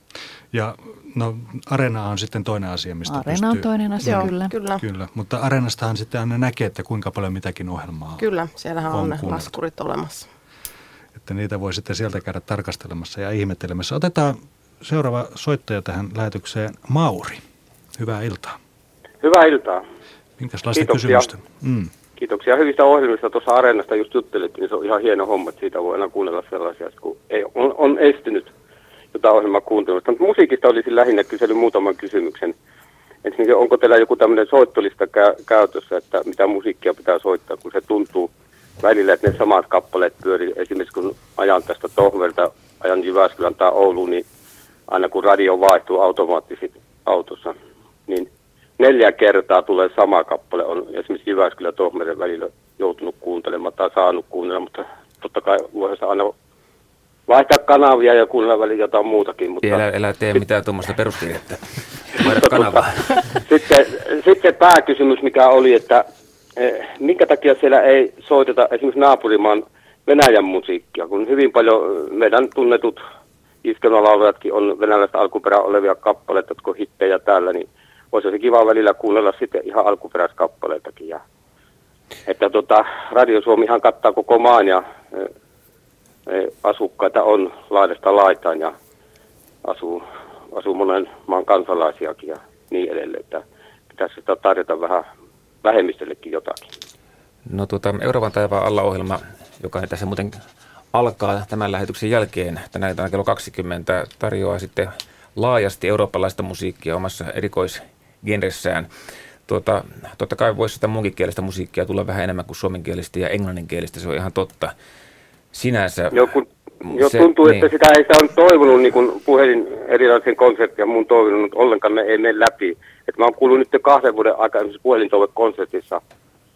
Ja no Areena on sitten toinen asia, mistä Areena pystyy. on toinen asia, Joo, kyllä. kyllä. Kyllä, mutta Areenastahan sitten aina näkee, että kuinka paljon mitäkin ohjelmaa Kyllä, siellähän on, on ne laskurit olemassa. Että niitä voi sitten sieltä käydä tarkastelemassa ja ihmettelemässä. Otetaan seuraava soittaja tähän lähetykseen, Mauri. Hyvää iltaa. Hyvää iltaa. Minkälaista Kiitoksia. kysymystä? Mm. Kiitoksia hyvistä ohjelmista. Tuossa Areenasta just juttelittiin, niin se on ihan hieno homma, että siitä voi aina kuunnella sellaisia, kun ei, on, on estynyt jotain ohjelmaa kuuntelusta. Mutta musiikista olisin lähinnä kysellyt muutaman kysymyksen. Ensinnäkin, onko teillä joku tämmöinen soittolista kä- käytössä, että mitä musiikkia pitää soittaa, kun se tuntuu välillä, että ne samat kappaleet pyörii. Esimerkiksi kun ajan tästä Tohmelta, ajan Jyväskylän tai Ouluun, niin aina kun radio vaihtuu automaattisesti autossa, niin neljä kertaa tulee sama kappale. On esimerkiksi Jyväskylän Tohmelen välillä joutunut kuuntelemaan tai saanut kuunnella, mutta totta kai voisi aina vaihtaa kanavia ja kuunnella välillä jotain muutakin. Mutta Älä, älä tee mitään tuommoista peruskirjettä. Vaihda kanavaa. Sitten, sitten pääkysymys, mikä oli, että eh, minkä takia siellä ei soiteta esimerkiksi naapurimaan Venäjän musiikkia, kun hyvin paljon meidän tunnetut iskelmälaulajatkin on venäläistä alkuperää olevia kappaleita, jotka on hittejä täällä, niin olisi se kiva välillä kuunnella sitten ihan alkuperäiskappaleitakin. Ja, että tota, Radio Suomi ihan kattaa koko maan ja eh, asukkaita on laidasta laitaan ja asuu, asuu monen maan kansalaisiakin ja niin edelleen, että pitäisi sitä tarjota vähän vähemmistöllekin jotakin. No tuota, Euroopan taivaan alla -ohjelma, joka tässä muuten alkaa tämän lähetyksen jälkeen, tänä iltana kello kaksikymmentä, tarjoaa sitten laajasti eurooppalaista musiikkia omassa erikoisgenressään. Tuota, totta kai voisi sitä muunkinkielistä musiikkia tulla vähän enemmän kuin suomenkielistä ja englanninkielistä, se on ihan totta. Sinänsä. Joo, kun, jo se, tuntuu, niin. että sitä ei sitä on toivonut, niin kun puhelin erilaisen konsertin ja muun toivonut, ollenkaan me ei mene läpi. Että mä oon kuullut nyt kahden vuoden aikaa esimerkiksi puhelintoivekonsertissa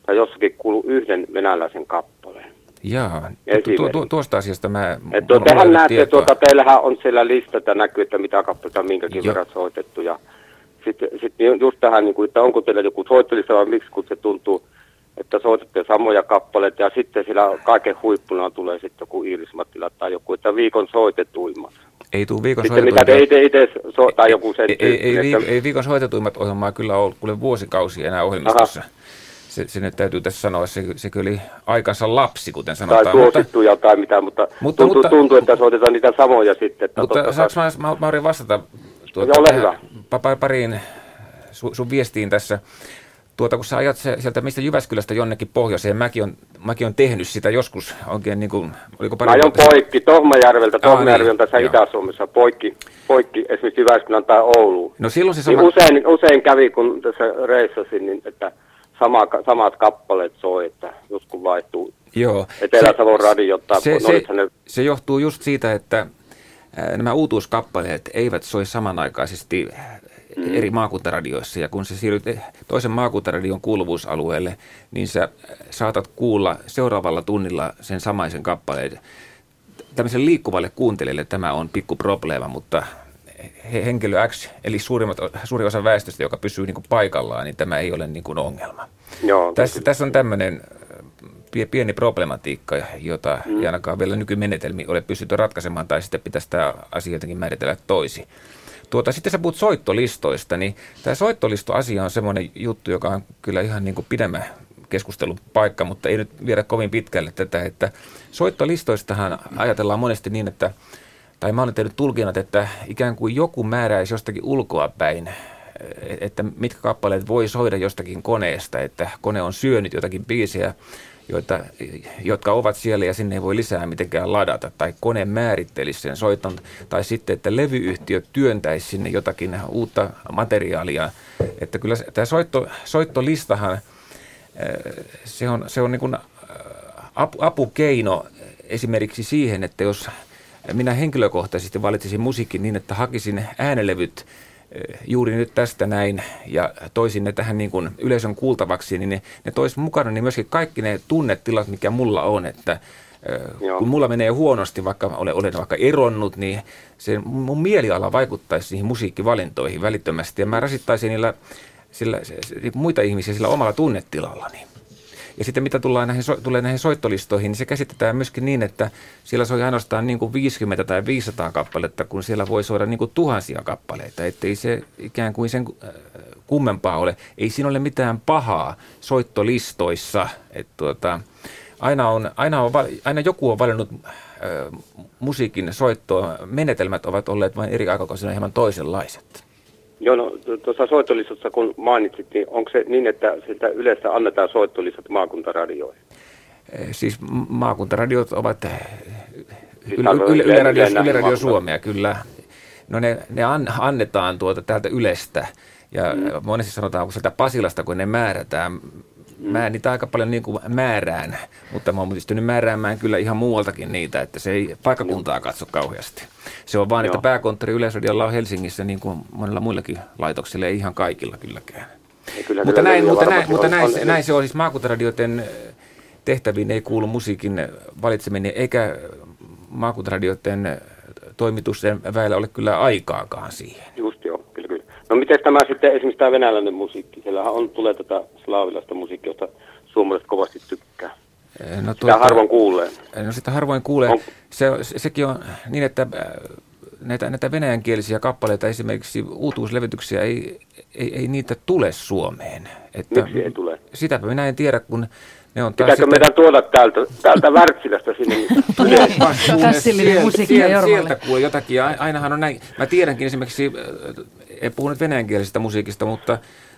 tai jossakin kuuluu yhden venäläisen kappaleen. Jaa, tu, tu, tuosta asiasta mä... Että tehän näette, tuota, teillähän on siellä listata näkyy, että mitä kappaleita minkäkin verran soitettu. Ja sitten sit just tähän, niin kuin, että onko teillä joku soittolista vai miksi, kun se tuntuu, että soitatte samoja kappaleita ja sitten siellä kaiken huippuna tulee sitten joku Iiris Mattila tai joku, että viikon soitetuimmat. Ei tule viikon sitten soitetuimmat. Mitä te itse itse so, tai joku sen ei, ei, ei, viik- ei viikon soitetuimmat ohjelmaa kyllä ole kuule vuosikausia enää ohjelmistossa. Se, se nyt täytyy tässä sanoa, se, se kyllä oli aikansa lapsi, kuten sanotaan. Tai suosittuja tai mitä, mutta, mutta tuntuu, mutta, tuntuu, että soitetaan niitä samoja sitten. Että mutta saanko mä, mä, mä orin vastata tuota, ole hyvä. Pa, pariin su, sun viestiin tässä. Tuota, kun sä ajat sieltä mistä Jyväskylästä jonnekin pohjoiseen, mäkin on, mäkin on tehnyt sitä joskus oikein niin kuin, oliko pari Mä ajon poikki Tohmajärveltä, Tohmajärvi on tässä joo. Itä-Suomessa, poikki, poikki esimerkiksi Jyväskylän tai Ouluun. No silloin se sama... niin usein, usein kävi, kun tässä reissasin, niin että sama, samat kappaleet soi, että joskus vaihtuu Joo. Etelä-Savon radiot. Se, se, ne... se johtuu just siitä, että nämä uutuuskappaleet eivät soi samanaikaisesti mm. eri maakuntaradioissa, ja kun sä siirryt toisen maakuntaradion kuuluvuusalueelle, niin sä saatat kuulla seuraavalla tunnilla sen samaisen kappaleen. Tämmöiselle liikkuvalle kuuntelijalle tämä on pikku probleema, mutta henkilö X, eli suurimmat, suurin osa väestöstä, joka pysyy niin kuin paikallaan, niin tämä ei ole niin kuin ongelma. Joo, tässä, tässä on tämmöinen pieni problematiikka, jota mm. ei ainakaan vielä nykymenetelmiä ole pystytty ratkaisemaan, tai sitten pitäisi tämä asia jotenkin määritellä toisin. Tuota, sitten sä puhut soittolistoista, niin tämä soittolistoasia on semmoinen juttu, joka on kyllä ihan niin kuin pidemmän keskustelun paikka, mutta ei nyt viedä kovin pitkälle tätä, että soittolistoistahan ajatellaan monesti niin, että, tai mä olen tehnyt tulkinnat, että ikään kuin joku määräisi jostakin ulkoa päin, että mitkä kappaleet voi soida jostakin koneesta, että kone on syönyt jotakin biisejä, joita, jotka ovat siellä ja sinne ei voi lisää mitenkään ladata, tai kone määrittelisi sen soiton, tai sitten, että levyyhtiö työntäisi sinne jotakin uutta materiaalia. Että kyllä tämä soitto, soittolistahan, se on, se on niin kuin apukeino esimerkiksi siihen, että jos minä henkilökohtaisesti valitsisin musiikin niin, että hakisin äänelevyt juuri nyt tästä näin ja toisin ne tähän niin kuin yleisön kuultavaksi, niin ne, ne tois mukana niin myöskin kaikki ne tunnetilat, mikä mulla on, että Joo. kun mulla menee huonosti, vaikka olen, olen vaikka eronnut, niin se mun mieliala vaikuttaisi niihin musiikkivalintoihin välittömästi ja mä rasittaisin niillä sillä, muita ihmisiä sillä omalla tunnetilallani. Ja sitten mitä tulee näihin, tulee näihin soittolistoihin, niin se käsitetään myöskin niin, että siellä soi ainoastaan niin kuin viisikymmentä tai viisisataa kappaletta, kun siellä voi soida niin kuin tuhansia kappaleita. Että ei se ikään kuin sen kummempaa ole. Ei siinä ole mitään pahaa soittolistoissa. Että tuota, aina, on, aina, on, aina joku on valinnut äh, musiikin soittoa. Menetelmät ovat olleet vain eri aikakausina hieman toisenlaiset. Joo, no tuossa soittolistassa kun mainitsit, niin onko se niin, että sitä yleensä annetaan soittolistat maakuntaradioihin? Siis maakuntaradiot ovat Yle, Yle, Yle Radio, Yle Radio Suomea, kyllä. No ne, ne an, annetaan tuolta täältä Ylestä ja mm. monesti sanotaan, kun sieltä Pasilasta, kun ne määrätään. Mä niitä aika paljon niin kuin määrään, mutta mä oon pystynyt määräämään kyllä ihan muualtakin niitä, että se ei paikkakuntaa katso kauheasti. Se on vaan, Joo. että pääkonttori Yleisradiolla on Helsingissä niin kuin monilla muillakin laitoksilla, ei ihan kaikilla kylläkään. Mutta, näin, mutta, näin, mutta näin, on, näin se on, siis maakuntaradioiden tehtäviin ei kuulu musiikin valitseminen, eikä maakuntaradioiden toimitusten väillä ole kyllä aikaakaan siihen. Just joo, kyllä kyllä. No miten tämä sitten esimerkiksi tämä venäläinen musiikki? Siellähän on, tulee tätä slaavilaista musiikkia, josta suomalaiset kovasti tykkää. No, sitä harvoin kuulee. No sitä harvoin kuulee. On. Se, se, sekin on niin, että näitä, näitä venäjänkielisiä kappaleita, esimerkiksi uutuuslevityksiä, ei, ei, ei niitä tule Suomeen. Että miksi ei tule? Sitäpä minä en tiedä, kun ne on taas pitääkö sitten meidän tuoda täältä, täältä Wärtsilästä sinne? Kassillinen musiikkia Jormalle. Sieltä kuule jotakin. Ainahan on näin. Mä tiedänkin esimerkiksi, en puhu nyt venäjänkielisestä musiikista, mutta,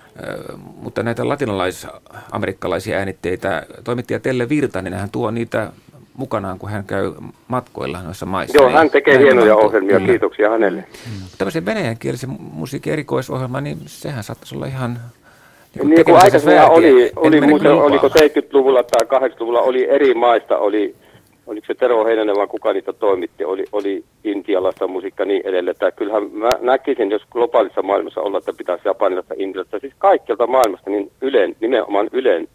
mutta näitä latinalais-amerikkalaisia äänitteitä, toimittaja Telle Virtanen, hän tuo niitä mukanaan, kun hän käy matkoilla noissa maissa. Joo, hän tekee näin hienoja ohjelmia, kyllä. Kiitoksia hänelle. Hmm. Tämmöisen venäjänkielisen musiikin erikoisohjelma, niin sehän saattaisi olla ihan niin, niin kuin aikaisemmin oli, oli muuten, oliko seitsemänkymmentäluvulla tai kahdeksankymmentäluvulla oli eri maista, oli, oliko se Tero Heinänen vai kuka niitä toimitti, oli, oli intialaista musiikkaa niin edelleen. Että kyllähän mä näkisin, jos globaalissa maailmassa olla, että pitäisi japanilaista, intialaista, siis kaikkialta maailmasta, niin Ylen, nimenomaan Ylen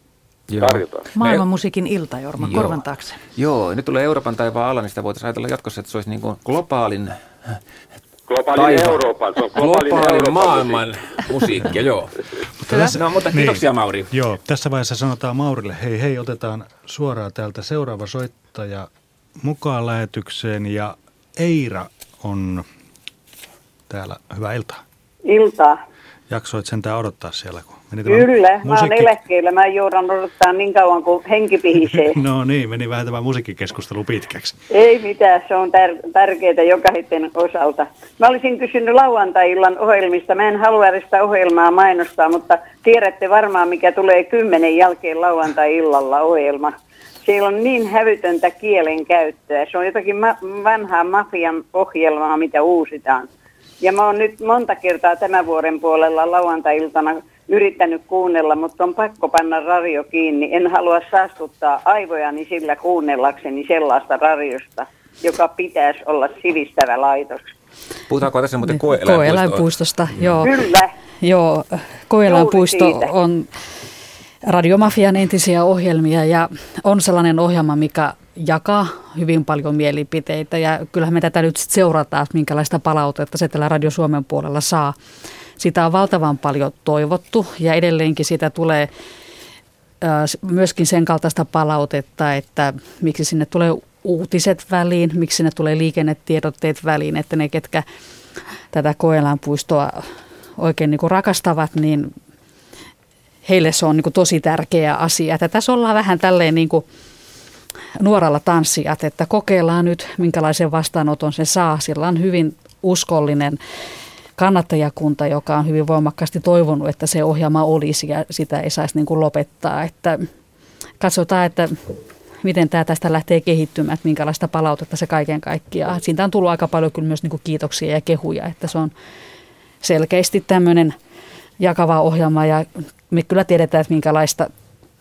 tarjotaan. Maailman musiikin ilta, Jorma, Joo. korvan taakse. Joo, nyt tulee Euroopan taivaan alla, niin sitä voitaisiin ajatella jatkossa, että se olisi niin kuin globaalin Globaalin taiva. Euroopan, se on globaalin, globaalin Euroopan maailman musiikkia, joo. No, mutta kiitoksia Mauri. Joo, tässä vaiheessa sanotaan Maurille, hei hei, otetaan suoraan täältä seuraava soittaja mukaan lähetykseen ja Eira on täällä. Hyvää iltaa. Iltaa. Jaksoit sentään odottaa siellä, kun meni tämä Kyllä, mä musiikki... oon eläkkeellä. Mä joudun odottaa niin kauan, kuin henki pihisee. No niin, meni vähän tämä musiikkikeskustelu pitkäksi. Ei mitään, se on tär- tärkeää jokaisen osalta. Mä olisin kysynyt lauantai-illan ohjelmista. Mä en halua edes sitä ohjelmaa mainostaa, mutta tiedätte varmaan, mikä tulee kymmenen jälkeen lauantai-illalla ohjelma. Siellä on niin hävytöntä kielen käyttöä. Se on jotakin ma- vanhaa mafian ohjelmaa, mitä uusitaan. Ja mä oon nyt monta kertaa tämän vuoden puolella lauantai-iltana yrittänyt kuunnella, mutta on pakko panna radio kiinni. En halua saastuttaa aivojani sillä kuunnellakseni sellaista radiosta, joka pitäisi olla sivistävä laitos. Puhutaanko tässä muuten koe-eläinpuistosta? Koe-eläinpuistosta, joo. Kyllä. Joo, koe-eläinpuisto on Radiomafian entisiä ohjelmia ja on sellainen ohjelma, mikä jakaa hyvin paljon mielipiteitä ja kyllähän me tätä nyt sit seurataan, minkälaista palautetta se tällä Radio Suomen puolella saa. Sitä on valtavan paljon toivottu ja edelleenkin sitä tulee myöskin sen kaltaista palautetta, että miksi sinne tulee uutiset väliin, miksi sinne tulee liikennetiedotteet väliin, että ne, ketkä tätä koe-eläinpuistoa oikein niin kuin rakastavat, niin heille se on niin kuin tosi tärkeä asia. Että tässä ollaan vähän tälleen niin kuin nuoralla tanssijat, että kokeillaan nyt, minkälaisen vastaanoton se saa. Sillä on hyvin uskollinen kannattajakunta, joka on hyvin voimakkaasti toivonut, että se ohjelma olisi ja sitä ei saisi niin kuin lopettaa. Että katsotaan, että miten tämä tästä lähtee kehittymään, että minkälaista palautetta se kaiken kaikkiaan. Siitä on tullut aika paljon kyllä myös niin kuin kiitoksia ja kehuja, että se on selkeästi tämmöinen jakava ohjelma ja me kyllä tiedetään, että minkälaista,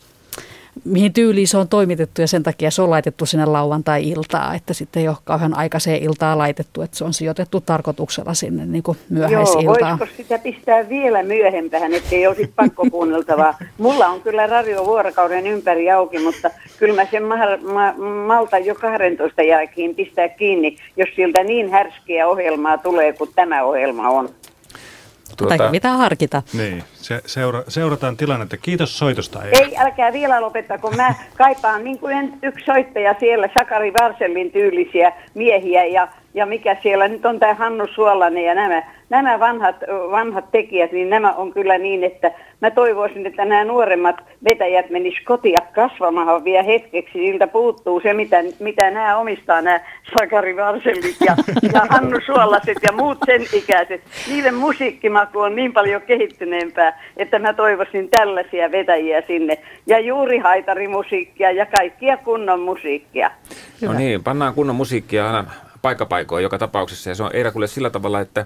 mihin tyyliin se on toimitettu ja sen takia se on laitettu sinne lauantai-iltaan, että sitten ei ole kauhean aikaiseen iltaan laitettu, että se on sijoitettu tarkoituksella sinne niin kuin myöhäisiltaan. Joo, voisiko sitä pistää vielä myöhempään, ettei olisi pakko kuunneltavaa. Mulla on kyllä radio vuorokauden ympäri auki, mutta kyllä mä sen ma- ma- malta jo kahdentoista jälkeen pistää kiinni, jos siltä niin härskiä ohjelmaa tulee kuin tämä ohjelma on. Tuota, tai pitää harkita. Niin, se, seura, seurataan tilannetta. Kiitos soitosta. Ei, Ei älkää vielä lopettaa, kun mä kaipaan niin kuin yksi soittaja siellä, Sakari Varsellin tyylisiä miehiä ja, ja mikä siellä nyt on tämä Hannu Suolainen ja nämä, nämä vanhat, vanhat tekijät, niin nämä on kyllä niin, että mä toivoisin, että nämä nuoremmat vetäjät menis kotia kasvamaan vielä hetkeksi. Niiltä puuttuu se, mitä, mitä nämä omistaa, nämä Sakari Varsellit ja, ja Hannu Suolaset ja muut sen ikäiset. Niiden musiikkimaku on niin paljon kehittyneempää, että mä toivoisin tällaisia vetäjiä sinne. Ja juuri haitarimusiikkia ja kaikkia kunnon musiikkia. No niin, pannaan kunnon musiikkia aina paikkapaikoin joka tapauksessa. Ja se on Eira kuule sillä tavalla, että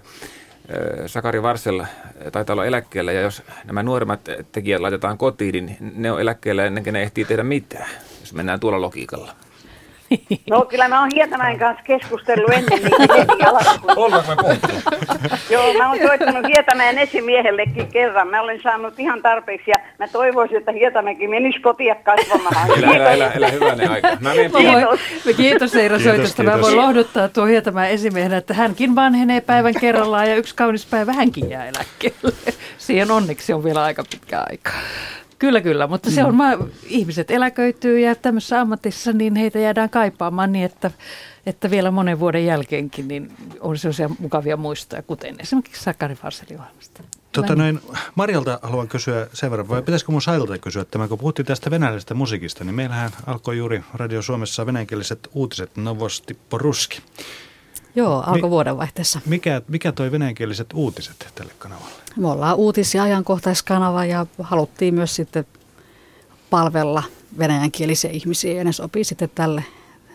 Sakari Varsel taitaa olla eläkkeellä ja jos nämä nuoremmat tekijät laitetaan kotiin, niin ne on eläkkeellä ennen kuin ne ehtii tehdä mitään, jos mennään tuolla logiikalla. No kyllä mä oon Hietamäen kanssa keskustellut ennen niin heti alkuun. Ollaanko me puhuttu? Joo, mä oon soittanut Hietamäen esimiehellekin kerran. Mä olen saanut ihan tarpeeksi ja mä toivoisin, että Hietamäki menisi kotia kasvamaan. Elä, elä, elä, elä hyvänen aika. Mä menen kiitos. Kiitos Eira soitosta. Mä voin lohduttaa tuo Hietamäen esimiehenä, että hänkin vanhenee päivän kerrallaan ja yksi kaunis päivä hänkin jää eläkkeelle. Siihen onneksi on vielä aika pitkä aika. Kyllä, kyllä, mutta se on, mä, ihmiset eläköityy ja tämmöisessä ammatissa niin heitä jäädään kaipaamaan niin, että, että vielä monen vuoden jälkeenkin niin on sellaisia mukavia muistoja, kuten esimerkiksi Sakari Varselin ohjelmasta. Tota noin, Marjalta haluan kysyä sen verran, vai pitäisikö mun Sailta kysyä, että kun puhuttiin tästä venäläisestä musiikista, niin meillähän alkoi juuri Radio Suomessa venäjänkieliset uutiset Novosti Poruski. Joo, alkoi vuodenvaihteessa. Mikä, mikä toi venäjänkieliset uutiset tälle kanavalle? Me ollaan uutis- ja ajankohtaiskanava ja haluttiin myös sitten palvella venäjänkielisiä ihmisiä ja ne sopii sitten tälle,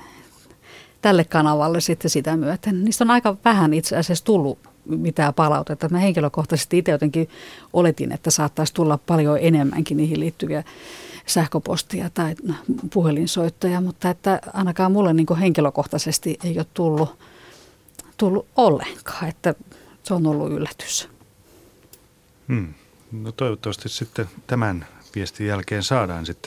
tälle kanavalle sitten sitä myöten. Niistä on aika vähän itse asiassa tullut mitään palautetta. Mä henkilökohtaisesti itse jotenkin oletin, että saattaisi tulla paljon enemmänkin niihin liittyviä sähköpostia tai puhelinsoittoja, mutta että ainakaan mulle niin kuin henkilökohtaisesti ei ole tullut, tullut ollenkaan, että se on ollut yllätys. Hmm. No toivottavasti sitten tämän viestin jälkeen saadaan sitten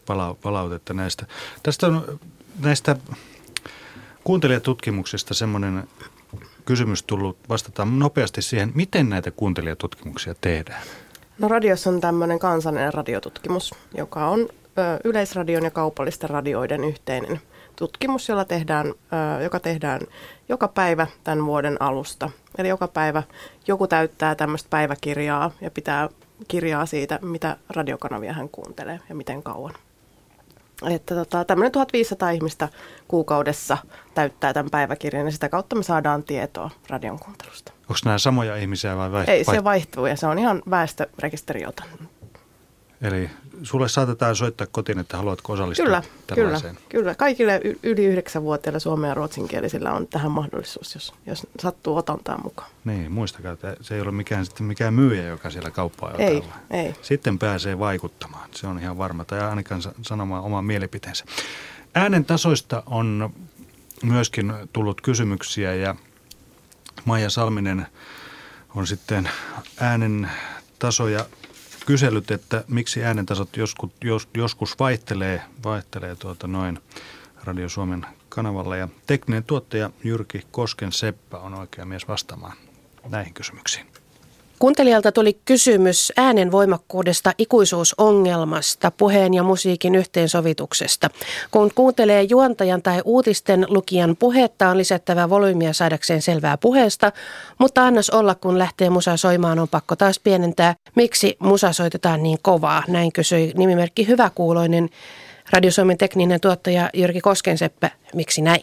palautetta näistä. Tästä on näistä kuuntelijatutkimuksista semmoinen kysymys tullut, vastataan nopeasti siihen, miten näitä kuuntelijatutkimuksia tehdään? No radiossa on tämmöinen kansallinen radiotutkimus, joka on ö, Yleisradion ja kaupallisten radioiden yhteinen tutkimus, jolla tehdään, ö, joka tehdään joka päivä tämän vuoden alusta. Eli joka päivä joku täyttää tämmöistä päiväkirjaa ja pitää kirjaa siitä, mitä radiokanavia hän kuuntelee ja miten kauan. Että tota, tämmöinen tuhatviisisataa ihmistä kuukaudessa täyttää tämän päiväkirjan ja sitä kautta me saadaan tietoa radion kuuntelusta. Onko nämä samoja ihmisiä vai vaihtuu? Ei, se vaihtuu ja se on ihan väestörekisteriota. Eli sulle saatetaan soittaa kotiin, että haluatko osallistua kyllä, tällaiseen? Kyllä, kyllä. Kaikille yli yhdeksänvuotiaille suomen ja ruotsinkielisillä on tähän mahdollisuus, jos, jos sattuu otantaan mukaan. Niin, muistakaa, että se ei ole mikään, sitten mikään myyjä, joka siellä kauppaa jotain. Ei, ei. Sitten pääsee vaikuttamaan, se on ihan varma, tai ainakaan sanomaan oman mielipiteensä. Äänen tasoista on myöskin tullut kysymyksiä, ja Maija Salminen on sitten äänen tasoja kysellyt, että miksi äänentasot joskus, jos, joskus vaihtelee, vaihtelee tuota noin Radio Suomen kanavalla. Ja tekninen tuottaja Jyrki Kosken-Seppä on oikea mies vastaamaan näihin kysymyksiin. Kuuntelijalta tuli kysymys äänen voimakkuudesta, ikuisuusongelmasta, puheen ja musiikin yhteensovituksesta. Kun kuuntelee juontajan tai uutisten lukijan puhetta, on lisättävä volyymiä saadakseen selvää puheesta, mutta annas olla, kun lähtee musa soimaan, on pakko taas pienentää. Miksi musa soitetaan niin kovaa? Näin kysyi nimimerkki Hyväkuuloinen Radio Suomen tekninen tuottaja Jyrki Kosken-Seppä. Miksi näin?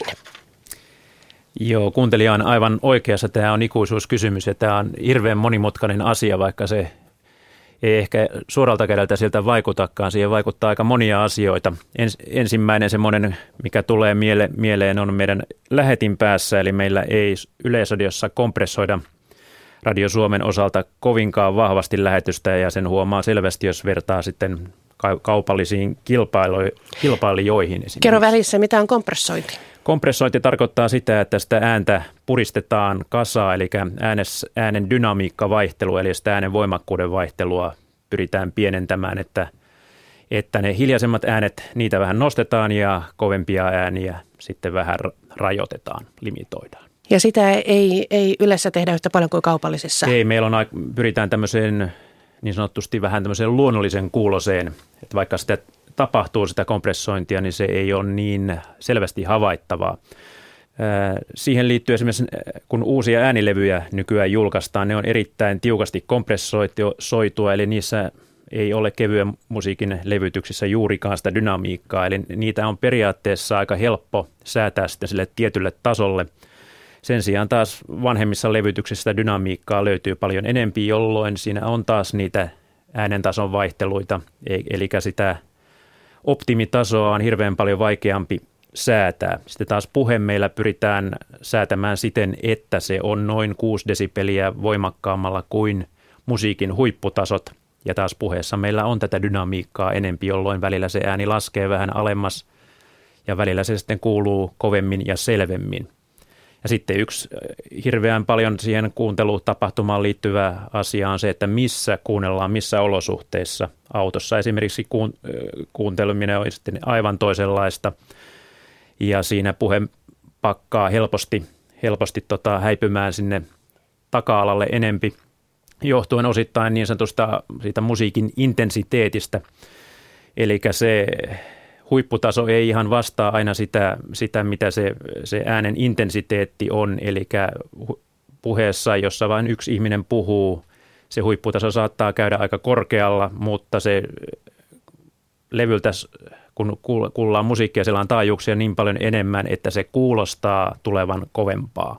Joo, kuuntelija on aivan oikeassa. Tämä on ikuisuuskysymys ja tämä on hirveän monimutkainen asia, vaikka se ei ehkä suoralta kädeltä siltä vaikutakaan. Siihen vaikuttaa aika monia asioita. Ens, ensimmäinen semmoinen, mikä tulee miele, mieleen, on meidän lähetin päässä, eli meillä ei Yleisradiossa kompressoida Radio Suomen osalta kovinkaan vahvasti lähetystä, ja sen huomaa selvästi, jos vertaa sitten kaupallisiin kilpailijoihin. Kerro välissä, mitä on kompressointi? Kompressointi tarkoittaa sitä, että sitä ääntä puristetaan kasaan, eli äänes, äänen dynamiikkavaihtelu, eli sitä äänen voimakkuuden vaihtelua pyritään pienentämään, että, että ne hiljaisemmat äänet, niitä vähän nostetaan ja kovempia ääniä sitten vähän rajoitetaan, limitoidaan. Ja sitä ei, ei yleensä tehdä yhtä paljon kuin kaupallisissa? Ei, meillä on, pyritään tämmöiseen niin sanotusti vähän tämmöiseen luonnollisen kuuloseen, että vaikka sitä tapahtuu sitä kompressointia, niin se ei ole niin selvästi havaittavaa. Siihen liittyy esimerkiksi, kun uusia äänilevyjä nykyään julkaistaan, ne on erittäin tiukasti kompressoitua, eli niissä ei ole kevyen musiikin levytyksissä juurikaan sitä dynamiikkaa, eli niitä on periaatteessa aika helppo säätää sitten sille tietylle tasolle. Sen sijaan taas vanhemmissa levytyksissä sitä dynamiikkaa löytyy paljon enempi, jolloin siinä on taas niitä äänentason vaihteluita, eli sitä optimitasoa on hirveän paljon vaikeampi säätää. Sitten taas puhe meillä pyritään säätämään siten, että se on noin kuusi desibeliä voimakkaammalla kuin musiikin huipputasot. Ja taas puheessa meillä on tätä dynamiikkaa enempi, jolloin välillä se ääni laskee vähän alemmas ja välillä se sitten kuuluu kovemmin ja selvemmin. Ja sitten yksi hirveän paljon siihen kuuntelutapahtumaan liittyvä asia on se, että missä kuunnellaan, missä olosuhteissa. Autossa esimerkiksi kuunteleminen on sitten aivan toisenlaista ja siinä puhe pakkaa helposti, helposti tota häipymään sinne taka-alalle enempi, johtuen osittain niin sanotusta siitä musiikin intensiteetistä. Eli se huipputaso ei ihan vastaa aina sitä, sitä mitä se, se äänen intensiteetti on, eli puheessa, jossa vain yksi ihminen puhuu, se huipputaso saattaa käydä aika korkealla, mutta se levyltä, kun kuullaan musiikkia, siellä on taajuuksia niin paljon enemmän, että se kuulostaa tulevan kovempaa.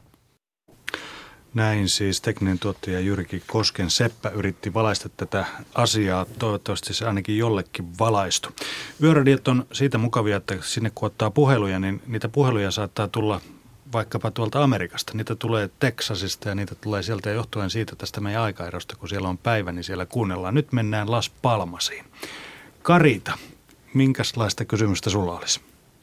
Näin siis tekninen tuottaja Jyrki Kosken-Seppä yritti valaista tätä asiaa. Toivottavasti se ainakin jollekin valaistui. Yöradiot on siitä mukavia, että sinne kun ottaa puheluja, niin niitä puheluja saattaa tulla vaikkapa tuolta Amerikasta. Niitä tulee Teksasista ja niitä tulee sieltä johtuen siitä tästä meidän aikaerosta, kun siellä on päivä, niin siellä kuunnellaan. Nyt mennään Las Palmasiin. Karita, minkälaista kysymystä sulla olisi?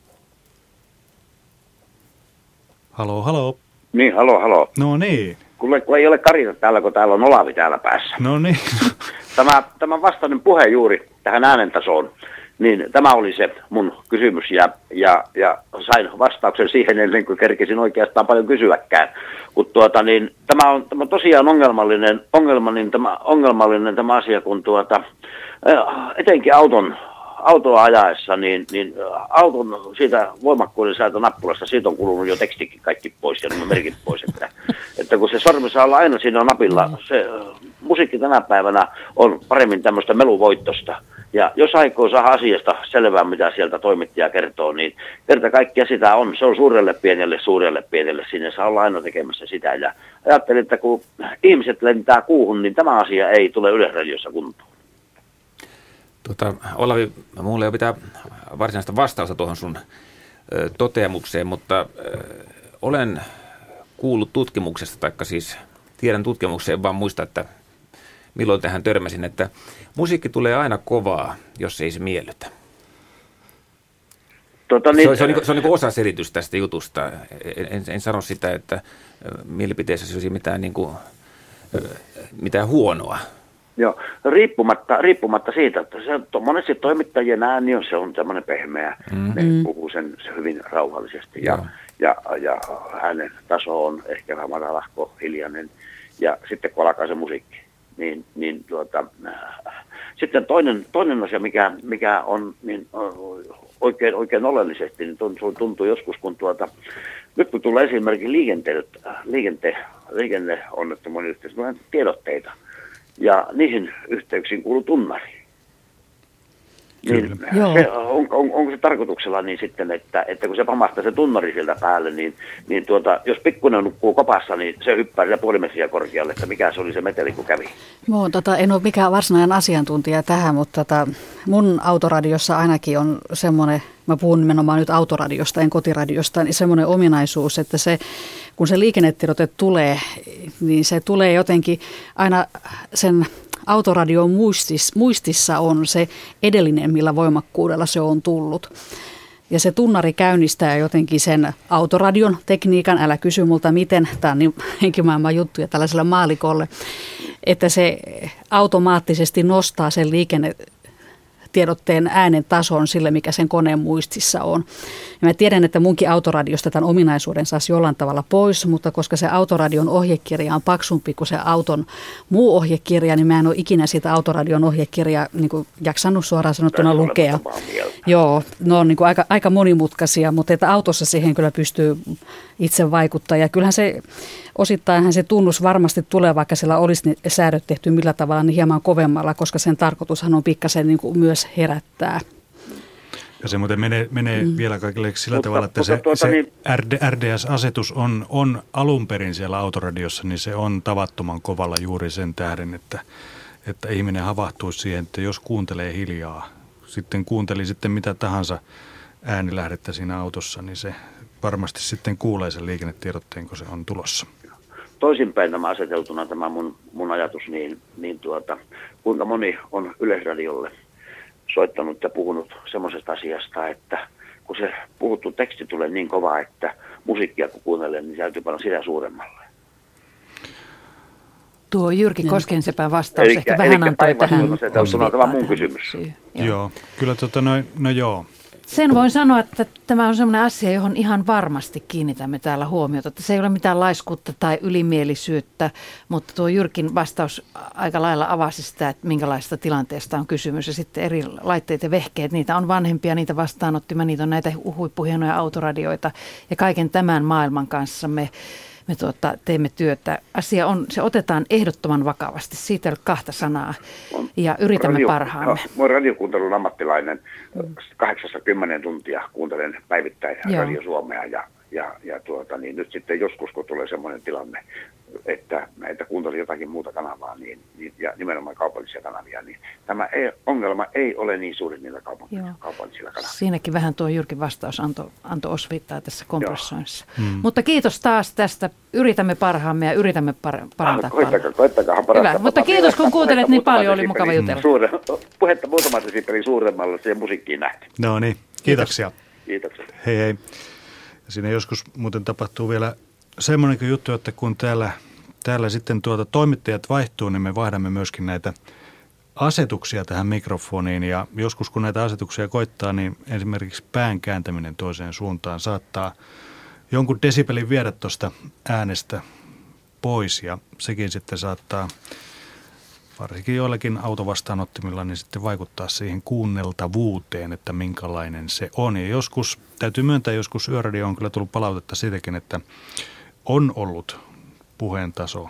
Haloo, haloo. Niin, haloo, haloo. No niin. Kun, kun ei ole Karita täällä, kun täällä on Olavi täällä päässä. No niin. Tämä, tämä vastainen puhe juuri tähän äänentasoon, Niin tämä oli se mun kysymys ja, ja, ja sain vastauksen siihen ennen kuin kerkesin oikeastaan paljon kysyäkään. Kun tuota, niin, tämä, on, tämä on tosiaan ongelmallinen, ongelmallinen, tämä, ongelmallinen tämä asia, kun tuota, etenkin auton, autoa ajaessa, niin, niin auton siitä voimakkuuden säätö nappulasta, siitä on kulunut jo tekstikin kaikki pois ja nämä merkit pois. Että, että kun se sormi saa olla aina siinä napilla, se musiikki tänä päivänä on paremmin tämmöistä meluvoittosta. Ja jos aikoo saada asiasta selvää, mitä sieltä toimittaja kertoo, niin kerta kaikkiaan sitä on. Se on suurelle pienelle, suurelle pienelle. Sinne saa olla aina tekemässä sitä. Ja ajattelin, että kun ihmiset lentää kuuhun, niin tämä asia ei tule Yleisradiossa kuntoon. Tota, Olavi, mulla ei pitää varsinaista vastausta tuohon sun ö, toteamukseen, mutta ö, olen kuullut tutkimuksesta, taikka siis tiedän tutkimukseen, vaan muista, että milloin tähän törmäsin, että musiikki tulee aina kovaa, jos ei se miellytä. Tota, niin, se on, se on, niin, se on niin osa selitys tästä jutusta. En, en, en sano sitä, että mielipiteessä olisi mitään, niin kuin, mitään huonoa. Joo, riippumatta, riippumatta siitä, että se, monesti toimittajien ääni on, se on semmoinen pehmeä, mm. ne puhuu sen se hyvin rauhallisesti ja, ja, ja äänen taso on ehkä vähän matalahko, hiljainen ja sitten kun alkaa se musiikki, niin, niin tuota, äh, sitten toinen, toinen asia, mikä, mikä on niin, oikein, oikein oleellisesti, niin tuntuu, tuntuu joskus, kun tuota, nyt kun tulee esimerkiksi liikenteen, liikente, liikenneonnettomuuden yhteydessä, tiedotteita, ja niihin yhteyksiin kuuluu tunnari. Niin se, on, on, onko se tarkoituksella niin sitten, että, että kun se pamahtaa se tunnari sieltä päälle, niin, niin tuota, jos pikkuinen nukkuu kopassa, niin se hyppää sitä puoli metriä korkealle, että mikä se oli se meteli, kun kävi. Mä tota, en ole mikään varsinainen asiantuntija tähän, mutta tota, mun autoradiossa ainakin on semmoinen, mä puhun nimenomaan nyt autoradiosta, en kotiradiosta, niin semmoinen ominaisuus, että se, kun se liikennetiedote tulee, niin se tulee jotenkin aina sen autoradion muistis, muistissa on se edellinen, millä voimakkuudella se on tullut. Ja se tunnari käynnistää jotenkin sen autoradion tekniikan, älä kysy multa miten, tämä on niin henkimaailman juttuja tällaiselle maalikolle, että se automaattisesti nostaa sen liikennetiedotteen äänen tason sille, mikä sen koneen muistissa on. Ja mä tiedän, että munkin autoradiosta tämän ominaisuuden saisi jollain tavalla pois, mutta koska se autoradion ohjekirja on paksumpi kuin se auton muu ohjekirja, niin mä en ole ikinä sitä autoradion ohjekirjaa niin kuin jaksanut suoraan sanottuna lukea. Joo, ne on niin kuin aika, aika monimutkaisia, mutta että autossa siihen kyllä pystyy itse vaikuttaa. Ja kyllähän se osittainhan se tunnus varmasti tulee, vaikka siellä olisi ne säädöt tehty millä tavalla, niin hieman kovemmalla, koska sen tarkoitushan on pikkasen niin kuin myös herättää. Ja se muuten menee, menee mm. vielä kaikille sillä mutta, tavalla, että mutta, se, tuota, se niin, R D S-asetus on, on alun perin siellä autoradiossa, niin se on tavattoman kovalla juuri sen tähden, että, että ihminen havahtuisi siihen, että jos kuuntelee hiljaa, sitten kuunteli sitten mitä tahansa äänilähdettä siinä autossa, niin se varmasti sitten kuulee sen liikennetiedotteen, kun se on tulossa. Toisinpäin tämä aseteltuna tämä mun, mun ajatus, niin, niin tuota, kuinka moni on Yleisradiolle soittanut ja puhunut semmoisesta asiasta, että kun se puhuttu teksti tulee niin kova, että musiikkia kun kuuntelee, niin täytyy panna sitä suuremmalle. Tuo Jyrki Koskensepän vastaus eli, ehkä vähän antoi tähän. Se on tämä mun kysymys. Joo, joo kyllä tota, no, no joo. Sen voin sanoa, että tämä on sellainen asia, johon ihan varmasti kiinnitämme täällä huomiota. Että se ei ole mitään laiskuutta tai ylimielisyyttä, mutta tuo Jyrkin vastaus aika lailla avasi sitä, että minkälaista tilanteesta on kysymys. Ja sitten eri laitteet ja vehkeet, niitä on vanhempia, niitä vastaanottimia, niitä on näitä huippuhienoja autoradioita. Ja kaiken tämän maailman kanssa me, me tuota, teemme työtä. Asia on, se otetaan ehdottoman vakavasti, siitä ei ole kahta sanaa ja yritämme radio, parhaamme. Mä olen radiokuuntelun ammattilainen, kahdeksankymmentä tuntia kuuntelen päivittäin Joo. Radio Suomea ja, ja, ja tuota, niin nyt sitten joskus kun tulee semmoinen tilanne, että, että kuuntelin jotakin muuta kanavaa niin, niin, ja nimenomaan kaupallisia kanavia, niin tämä ei, ongelma ei ole niin suuri niillä kaupallisilla, kaupallisilla kanavilla. Siinäkin vähän tuo Jyrkin vastaus antoi anto osviittaa tässä kompressoinnissa. Hmm. Mutta kiitos taas tästä. Yritämme parhaamme ja yritämme par- parantaa. Ah, koittakaa, koittakaa parantaa. Hyvä, mutta kiitos kun kuuntelet niin paljon, oli mukava jutella. Suure, puhetta muutaman desibelin suuremmalla siihen musiikkiin nähty. No niin, kiitoksia. Kiitoksia. Hei hei. Ja siinä joskus muuten tapahtuu vielä semmoinenkin juttu, että kun täällä, täällä sitten tuota toimittajat vaihtuu, niin me vaihdamme myöskin näitä asetuksia tähän mikrofoniin ja joskus kun näitä asetuksia koittaa, niin esimerkiksi pään kääntäminen toiseen suuntaan saattaa jonkun desibelin viedä tuosta äänestä pois ja sekin sitten saattaa varsinkin joillakin autovastaanottimilla niin sitten vaikuttaa siihen kuunneltavuuteen, että minkälainen se on. Ja joskus, täytyy myöntää, joskus Yöradio on kyllä tullut palautetta siitäkin, että on ollut puheen taso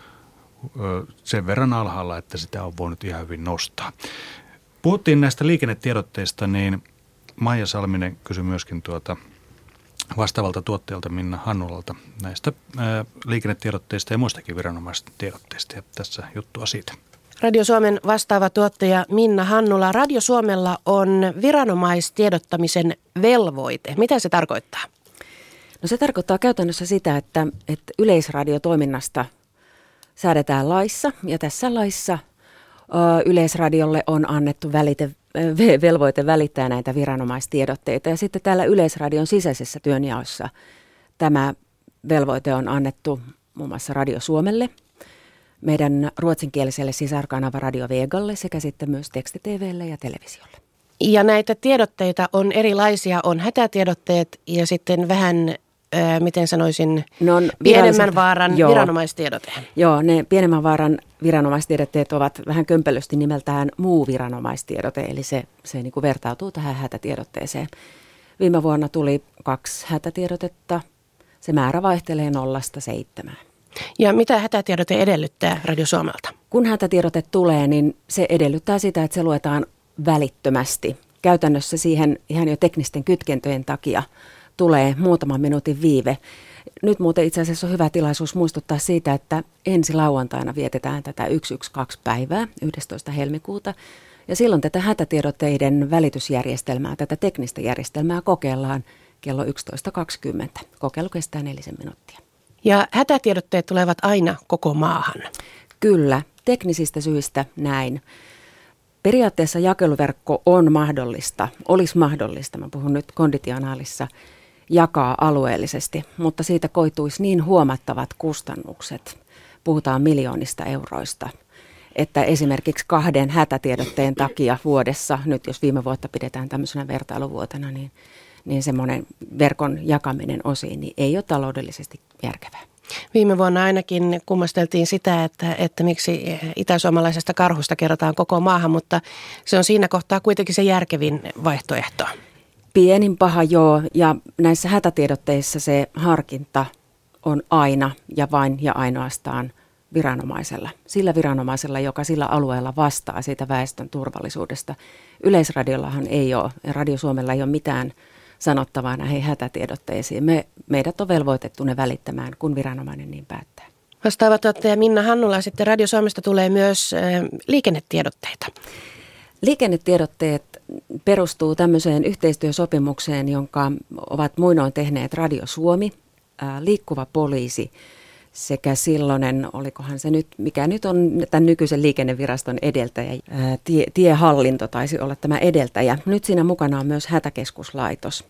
sen verran alhaalla, että sitä on voinut ihan hyvin nostaa. Puhuttiin näistä liikennetiedotteista, niin Maija Salminen kysyi myöskin tuota vastaavalta tuottajalta Minna Hannulalta näistä ää, liikennetiedotteista ja muistakin viranomaisten tiedotteista. Ja tässä juttua siitä. Radio Suomen vastaava tuottaja Minna Hannula. Radio Suomella on viranomaistiedottamisen velvoite. Mitä se tarkoittaa? No se tarkoittaa käytännössä sitä, että, että yleisradiotoiminnasta säädetään laissa ja tässä laissa ö, Yleisradiolle on annettu välite, velvoite välittää näitä viranomaistiedotteita ja sitten täällä Yleisradion sisäisessä työnjaossa tämä velvoite on annettu muun muassa Radio Suomelle, meidän ruotsinkieliselle sisarkanava Radio Vegalle sekä sitten myös teksti-tv:lle ja televisiolle. Ja näitä tiedotteita on erilaisia, on hätätiedotteet ja sitten vähän, ää, miten sanoisin, no pienemmän vaaran joo, viranomaistiedote. Joo, ne pienemmän vaaran viranomaistiedotteet ovat vähän kömpelösti nimeltään muu viranomaistiedote, eli se, se niin kuin vertautuu tähän hätätiedotteeseen. Viime vuonna tuli kaksi hätätiedotetta, se määrä vaihtelee nollasta seitsemään. Ja mitä hätätiedote edellyttää Radio Suomelta? Kun hätätiedote tulee, niin se edellyttää sitä, että se luetaan välittömästi. Käytännössä siihen ihan jo teknisten kytkentöjen takia tulee muutaman minuutin viive. Nyt muuten itse asiassa on hyvä tilaisuus muistuttaa siitä, että ensi lauantaina vietetään tätä yksi yksi kaksi päivää, yhdestoista helmikuuta. Ja silloin tätä hätätiedotteiden välitysjärjestelmää, tätä teknistä järjestelmää kokeillaan kello yksitoista kaksikymmentä. Kokeilu kestää nelisen minuuttia. Ja hätätiedotteet tulevat aina koko maahan. Kyllä, teknisistä syistä näin. Periaatteessa jakeluverkko on mahdollista, olisi mahdollista, mä puhun nyt konditionaalissa, jakaa alueellisesti, mutta siitä koituisi niin huomattavat kustannukset, puhutaan miljoonista euroista, että esimerkiksi kahden hätätiedotteen takia vuodessa, nyt jos viime vuotta pidetään tämmöisenä vertailuvuotena, niin niin semmoinen verkon jakaminen osiin niin ei ole taloudellisesti järkevää. Viime vuonna ainakin kummasteltiin sitä, että, että miksi itäsuomalaisesta karhusta kerrotaan koko maahan, mutta se on siinä kohtaa kuitenkin se järkevin vaihtoehto. Pienin paha joo, ja näissä hätätiedotteissa se harkinta on aina ja vain ja ainoastaan viranomaisella. Sillä viranomaisella, joka sillä alueella vastaa siitä väestön turvallisuudesta. Yleisradiollahan ei ole, Radio Suomella ei ole mitään sanottavaa näihin hätätiedotteisiin. Me, meidät on velvoitettu ne välittämään, kun viranomainen niin päättää. Vastaava tuottaja Minna Hannula, sitten Radio Suomesta tulee myös äh, liikennetiedotteita. Liikennetiedotteet perustuu tämmöiseen yhteistyösopimukseen, jonka ovat muinoin tehneet Radio Suomi, äh, Liikkuva poliisi sekä silloinen, olikohan se nyt, mikä nyt on tämän nykyisen liikenneviraston edeltäjä, ää, tie, tiehallinto taisi olla tämä edeltäjä. Nyt siinä mukana on myös hätäkeskuslaitos.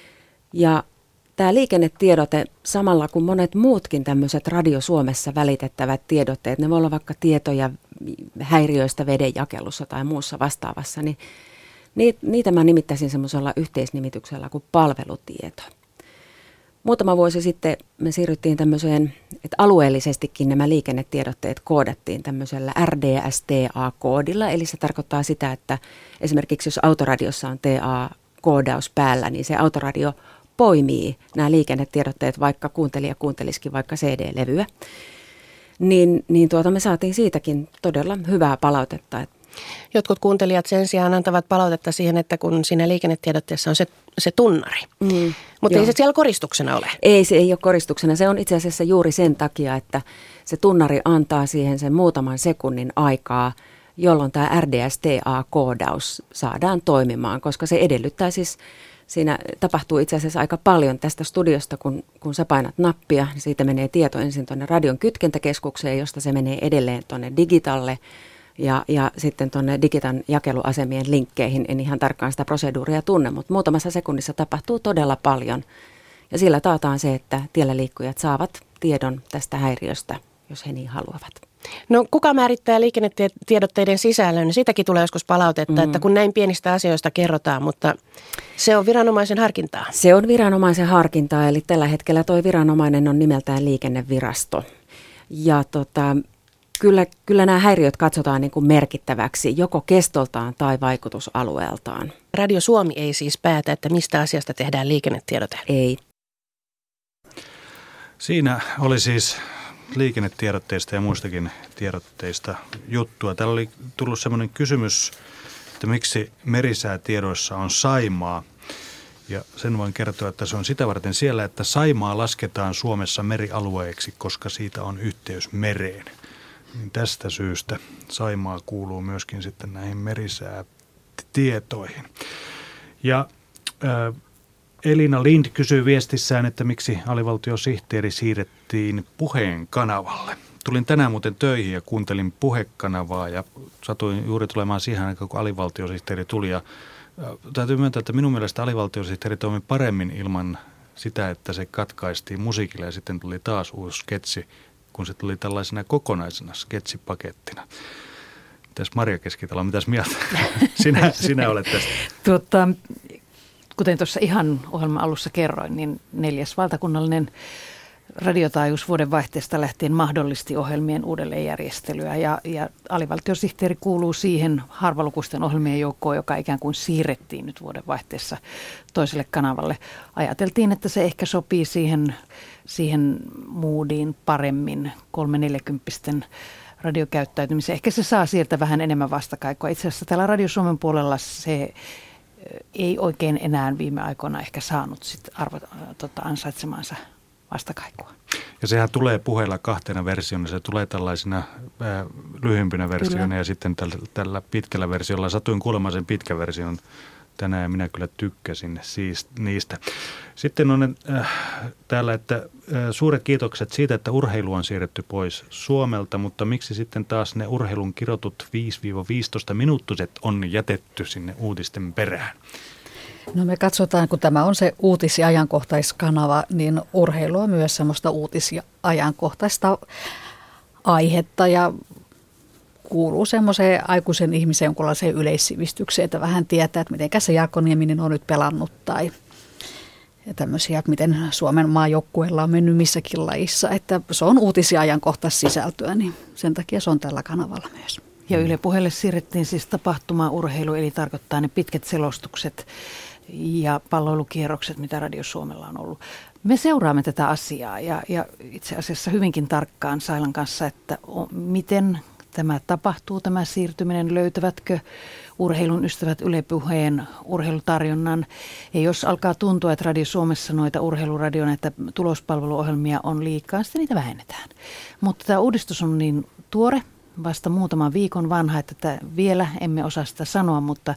Ja tämä liikennetiedote, samalla kuin monet muutkin tämmöiset Radio Suomessa välitettävät tiedotteet, ne voi olla vaikka tietoja häiriöistä vedenjakelussa tai muussa vastaavassa, niin niitä mä nimittäisin semmoisella yhteisnimityksellä kuin palvelutieto. Muutama vuosi sitten me siirryttiin tämmöiseen, että alueellisestikin nämä liikennetiedotteet koodattiin tämmöisellä R D S T A-koodilla. Eli se tarkoittaa sitä, että esimerkiksi jos autoradiossa on T A-koodaus päällä, niin se autoradio poimii nämä liikennetiedotteet, vaikka kuuntelija kuuntelisikin vaikka C D-levyä. Niin, niin tuota me saatiin siitäkin todella hyvää palautetta. Jotkut kuuntelijat sen sijaan antavat palautetta siihen, että kun siinä liikennetiedotteessa on se, se tunnari. Mm, Mutta joo. Ei se siellä koristuksena ole. Ei, se ei ole koristuksena. Se on itse asiassa juuri sen takia, että se tunnari antaa siihen sen muutaman sekunnin aikaa, jolloin tämä R D S T A-koodaus saadaan toimimaan, koska se edellyttää siis, siinä tapahtuu itse asiassa aika paljon tästä studiosta, kun, kun sä painat nappia, niin siitä menee tieto ensin tuonne radion kytkentäkeskukseen, josta se menee edelleen tuonne digitalle. Ja, ja sitten tuonne Digitan jakeluasemien linkkeihin en ihan tarkkaan sitä proseduuria tunne, mutta muutamassa sekunnissa tapahtuu todella paljon. Ja sillä taataan se, että tiellä liikkujat saavat tiedon tästä häiriöstä, jos he niin haluavat. No kuka määrittää liikennetiedotteiden sisällön? Siitäkin tulee joskus palautetta, mm. että kun näin pienistä asioista kerrotaan, mutta se on viranomaisen harkintaa. Se on viranomaisen harkintaa, eli tällä hetkellä toi viranomainen on nimeltään liikennevirasto. Ja tota, kyllä, kyllä nämä häiriöt katsotaan niin kuin merkittäväksi joko kestoltaan tai vaikutusalueeltaan. Radio Suomi ei siis päätä, että mistä asiasta tehdään liikennetiedote? Ei. Siinä oli siis liikennetiedotteista ja muistakin tiedotteista juttua. Täällä oli tullut sellainen kysymys, että miksi merisäätiedoissa on Saimaa. Ja sen voin kertoa, että se on sitä varten siellä, että Saimaa lasketaan Suomessa merialueeksi, koska siitä on yhteys mereen. Niin tästä syystä Saimaa kuuluu myöskin sitten näihin merisäätietoihin. Ja äh, Elina Lind kysyy viestissään, että miksi alivaltiosihteeri siirrettiin Puheen kanavalle. Tulin tänään muuten töihin ja kuuntelin Puhekanavaa ja satuin juuri tulemaan siihen aikaan, kun alivaltiosihteeri tuli. Ja täytyy myöntää, että minun mielestä alivaltiosihteeri toimi paremmin ilman sitä, että se katkaistiin musiikille ja sitten tuli taas uusi sketsi, kun se tuli tällaisena kokonaisena sketsipakettina. Mitäs Marja Keskitalo, mitäs mieltä sinä, sinä olet tästä? Tuota, kuten tuossa ihan ohjelman alussa kerroin, niin neljäs valtakunnallinen radiotaajuus vuodenvaihteesta lähtien mahdollisti ohjelmien uudelleenjärjestelyä ja, ja alivaltiosihteeri kuuluu siihen harvalukuisten ohjelmien joukkoon, joka ikään kuin siirrettiin nyt vuodenvaihteessa toiselle kanavalle. Ajateltiin, että se ehkä sopii siihen, siihen moodiin paremmin kolme-neljäkymppisten radiokäyttäytymiseen. Ehkä se saa sieltä vähän enemmän vastakaikua. Itse asiassa täällä Radio Suomen puolella se ei oikein enää viime aikoina ehkä saanut sit arvo, tota, ansaitsemaansa vastakaikua. Ja sehän tulee puheella kahtena versiona. Se tulee tällaisina ää, lyhyempinä versioina kyllä. Ja sitten tällä, tällä pitkällä versiolla. Satuin kuulemaan sen pitkän version tänään ja minä kyllä tykkäsin siis, niistä. Sitten on äh, täällä, että äh, suuret kiitokset siitä, että urheilu on siirretty pois Suomelta, mutta miksi sitten taas ne urheilun kirotut viisi viisitoista minuuttiset on jätetty sinne uutisten perään? No me katsotaan, kun tämä on se uutis- ja ajankohtaiskanava, niin urheilu on myös semmoista uutis- ja ajankohtaista aihetta ja kuuluu semmoiseen aikuisen ihmisen jonkunlaiseen yleissivistykseen, että vähän tietää, että miten se Jarkko Nieminen on nyt pelannut tai ja tämmöisiä, että miten Suomen maajoukkueella on mennyt missäkin lajissa, että se on uutis- ja ajankohtaista sisältöä, niin sen takia se on tällä kanavalla myös. Ja Yle Puheelle siirrettiin siis tapahtuma urheilu, eli tarkoittaa ne pitkät selostukset ja palloilukierrokset, mitä Radio Suomella on ollut. Me seuraamme tätä asiaa ja, ja itse asiassa hyvinkin tarkkaan Sailan kanssa, että o, miten tämä tapahtuu, tämä siirtyminen, löytävätkö urheilun ystävät Yle Puheen urheilutarjonnan. Ja jos alkaa tuntua, että Radio Suomessa noita urheiluradion, näitä tulospalveluohjelmia on liikaa, sitten niitä vähennetään. Mutta tämä uudistus on niin tuore, vasta muutaman viikon vanha, että tätä vielä emme osaa sitä sanoa, mutta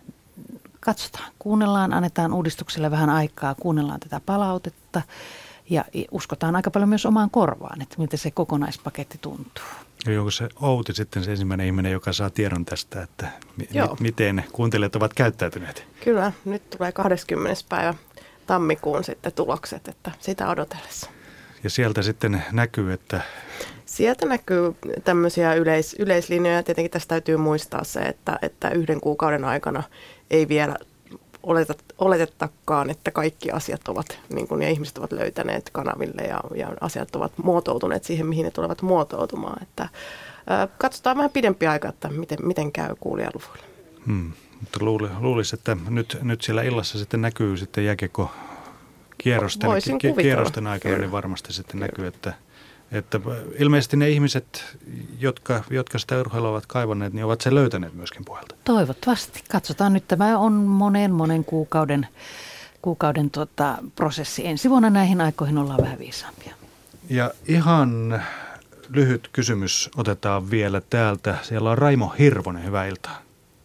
katsotaan, kuunnellaan, annetaan uudistukselle vähän aikaa, kuunnellaan tätä palautetta ja uskotaan aika paljon myös omaan korvaan, että miltä se kokonaispaketti tuntuu. Ja onko se Outi sitten se ensimmäinen ihminen, joka saa tiedon tästä, että mi- miten kuuntelijat ovat käyttäytyneet? Kyllä, nyt tulee kahdeskymmenes päivä tammikuun sitten tulokset, että sitä odotellessa. Ja sieltä sitten näkyy, että... Sieltä näkyy tämmöisiä yleis, yleislinjoja. Tietenkin tässä täytyy muistaa se, että, että yhden kuukauden aikana ei vielä oletet, oletettakaan, että kaikki asiat ovat, niin kuin ja ihmiset ovat löytäneet kanaville ja, ja asiat ovat muotoutuneet siihen, mihin ne tulevat muotoutumaan. Että, ää, katsotaan vähän pidempi aika, että miten, miten käy kuulijaluvuille. Hmm, mutta luulisi, että nyt, nyt siellä illassa sitten näkyy sitten jääkiekko kierrosten, kierrosten aikana, niin varmasti sitten Kyllä. näkyy, että Että ilmeisesti ne ihmiset, jotka, jotka sitä urheilua ovat kaivanneet, niin ovat sen löytäneet myöskin puolelta. Toivottavasti. Katsotaan nyt. Tämä on monen monen kuukauden, kuukauden tota, prosessi. Ensi vuonna näihin aikoihin ollaan vähän viisaampia. Ja ihan lyhyt kysymys otetaan vielä täältä. Siellä on Raimo Hirvonen. Hyvää iltaa.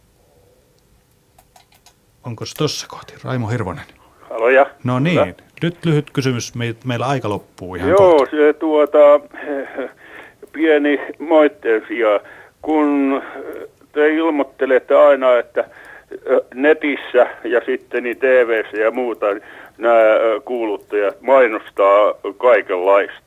Onko se tuossa kohti? Raimo Hirvonen. Aloja. No niin. Hyvä. Nyt lyhyt kysymys. Me, meillä aika loppuu ihan Joo, kohta. se tuota, pieni moitteisia. Kun te ilmoittelette aina, että netissä ja sitten niin T V:ssä ja muuta nämä kuuluttajat mainostaa kaikenlaista.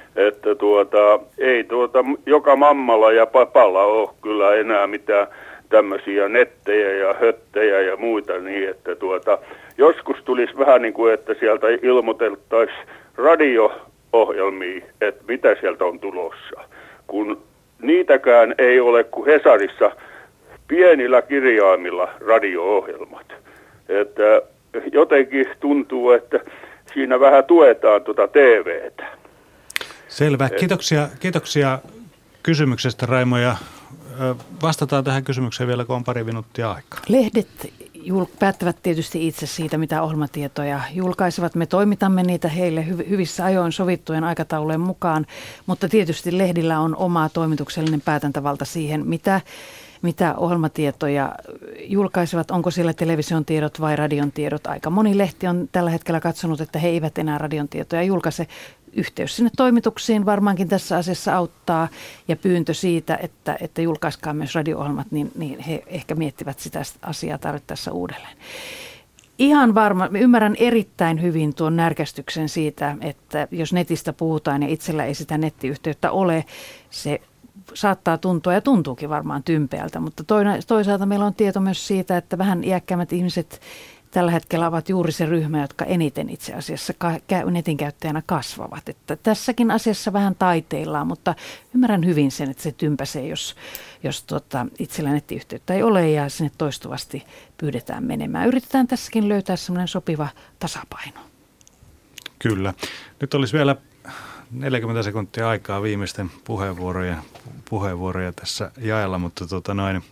että tuota, ei tuota joka mammalla ja papalla ole kyllä enää mitään tämmöisiä nettejä ja höttejä ja muita niin, että tuota, joskus tulisi vähän niin kuin, että sieltä ilmoiteltaisiin radio-ohjelmia, että mitä sieltä on tulossa, kun niitäkään ei ole kuin Hesarissa pienillä kirjaimilla radio-ohjelmat. Että jotenkin tuntuu, että siinä vähän tuetaan tuota T V:tä. Selvä. Kiitoksia, kiitoksia kysymyksestä, Raimo, ja vastataan tähän kysymykseen vielä, kun on pari minuuttia aikaa. Lehdet jul- päättävät tietysti itse siitä, mitä ohjelmatietoja julkaisevat. Me toimitamme niitä heille hy- hyvissä ajoin sovittujen aikataulujen mukaan, mutta tietysti lehdillä on oma toimituksellinen päätäntävalta siihen, mitä mitä ohjelmatietoja julkaisevat, onko siellä television tiedot vai radion tiedot. Aika moni lehti on tällä hetkellä katsonut, että he eivät enää radion tietoja julkaise. Yhteys sinne toimituksiin varmaankin tässä asiassa auttaa, ja pyyntö siitä, että, että julkaiskaa myös radio-ohjelmat, niin, niin he ehkä miettivät sitä asiaa tarvittaessa uudelleen. Ihan varma, ymmärrän erittäin hyvin tuon närkästyksen siitä, että jos netistä puhutaan ja itsellä ei sitä nettiyhteyttä ole, se saattaa tuntua ja tuntuukin varmaan tympeältä, mutta toisaalta meillä on tieto myös siitä, että vähän iäkkäämmät ihmiset tällä hetkellä ovat juuri se ryhmä, jotka eniten itse asiassa netin käyttäjänä kasvavat. Että tässäkin asiassa vähän taiteillaan, mutta ymmärrän hyvin sen, että se tympäsee, jos, jos tuota, itsellä nettiyhteyttä ei ole ja sinne toistuvasti pyydetään menemään. Yritetään tässäkin löytää semmoinen sopiva tasapaino. Kyllä. Nyt olisi vielä neljäkymmentä sekuntia aikaa viimeisten puheenvuoroja, puheenvuoroja tässä jaella, mutta tota noin,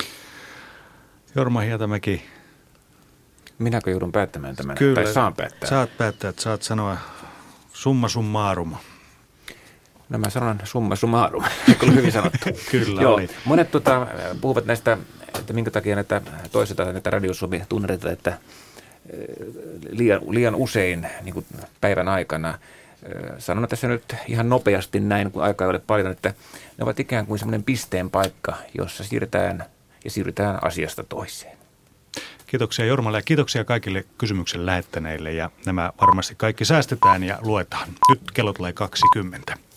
Jorma Hietamäki. Minäkö joudun päättämään tämän? Kyllä, tai saan päättää? Saat päättää, että saat sanoa summa summarum. No mä sanon summa summarum, eikö ole hyvin sanottu? Kyllä Joo, oli. Monet tuota, puhuvat näistä, että minkä takia näitä toistetaan näitä Radio Suomi-tunnereita, että liian, liian usein niin kuin päivän aikana. Sanon tässä nyt ihan nopeasti näin, kun aikaa ei ole paljon, että ne ovat ikään kuin semmoinen pisteen paikka, jossa siirrytään ja siirrytään asiasta toiseen. Kiitoksia Jormalle ja kiitoksia kaikille kysymyksen lähettäneille, ja nämä varmasti kaikki säästetään ja luetaan. Nyt kello tulee kaksikymmentä.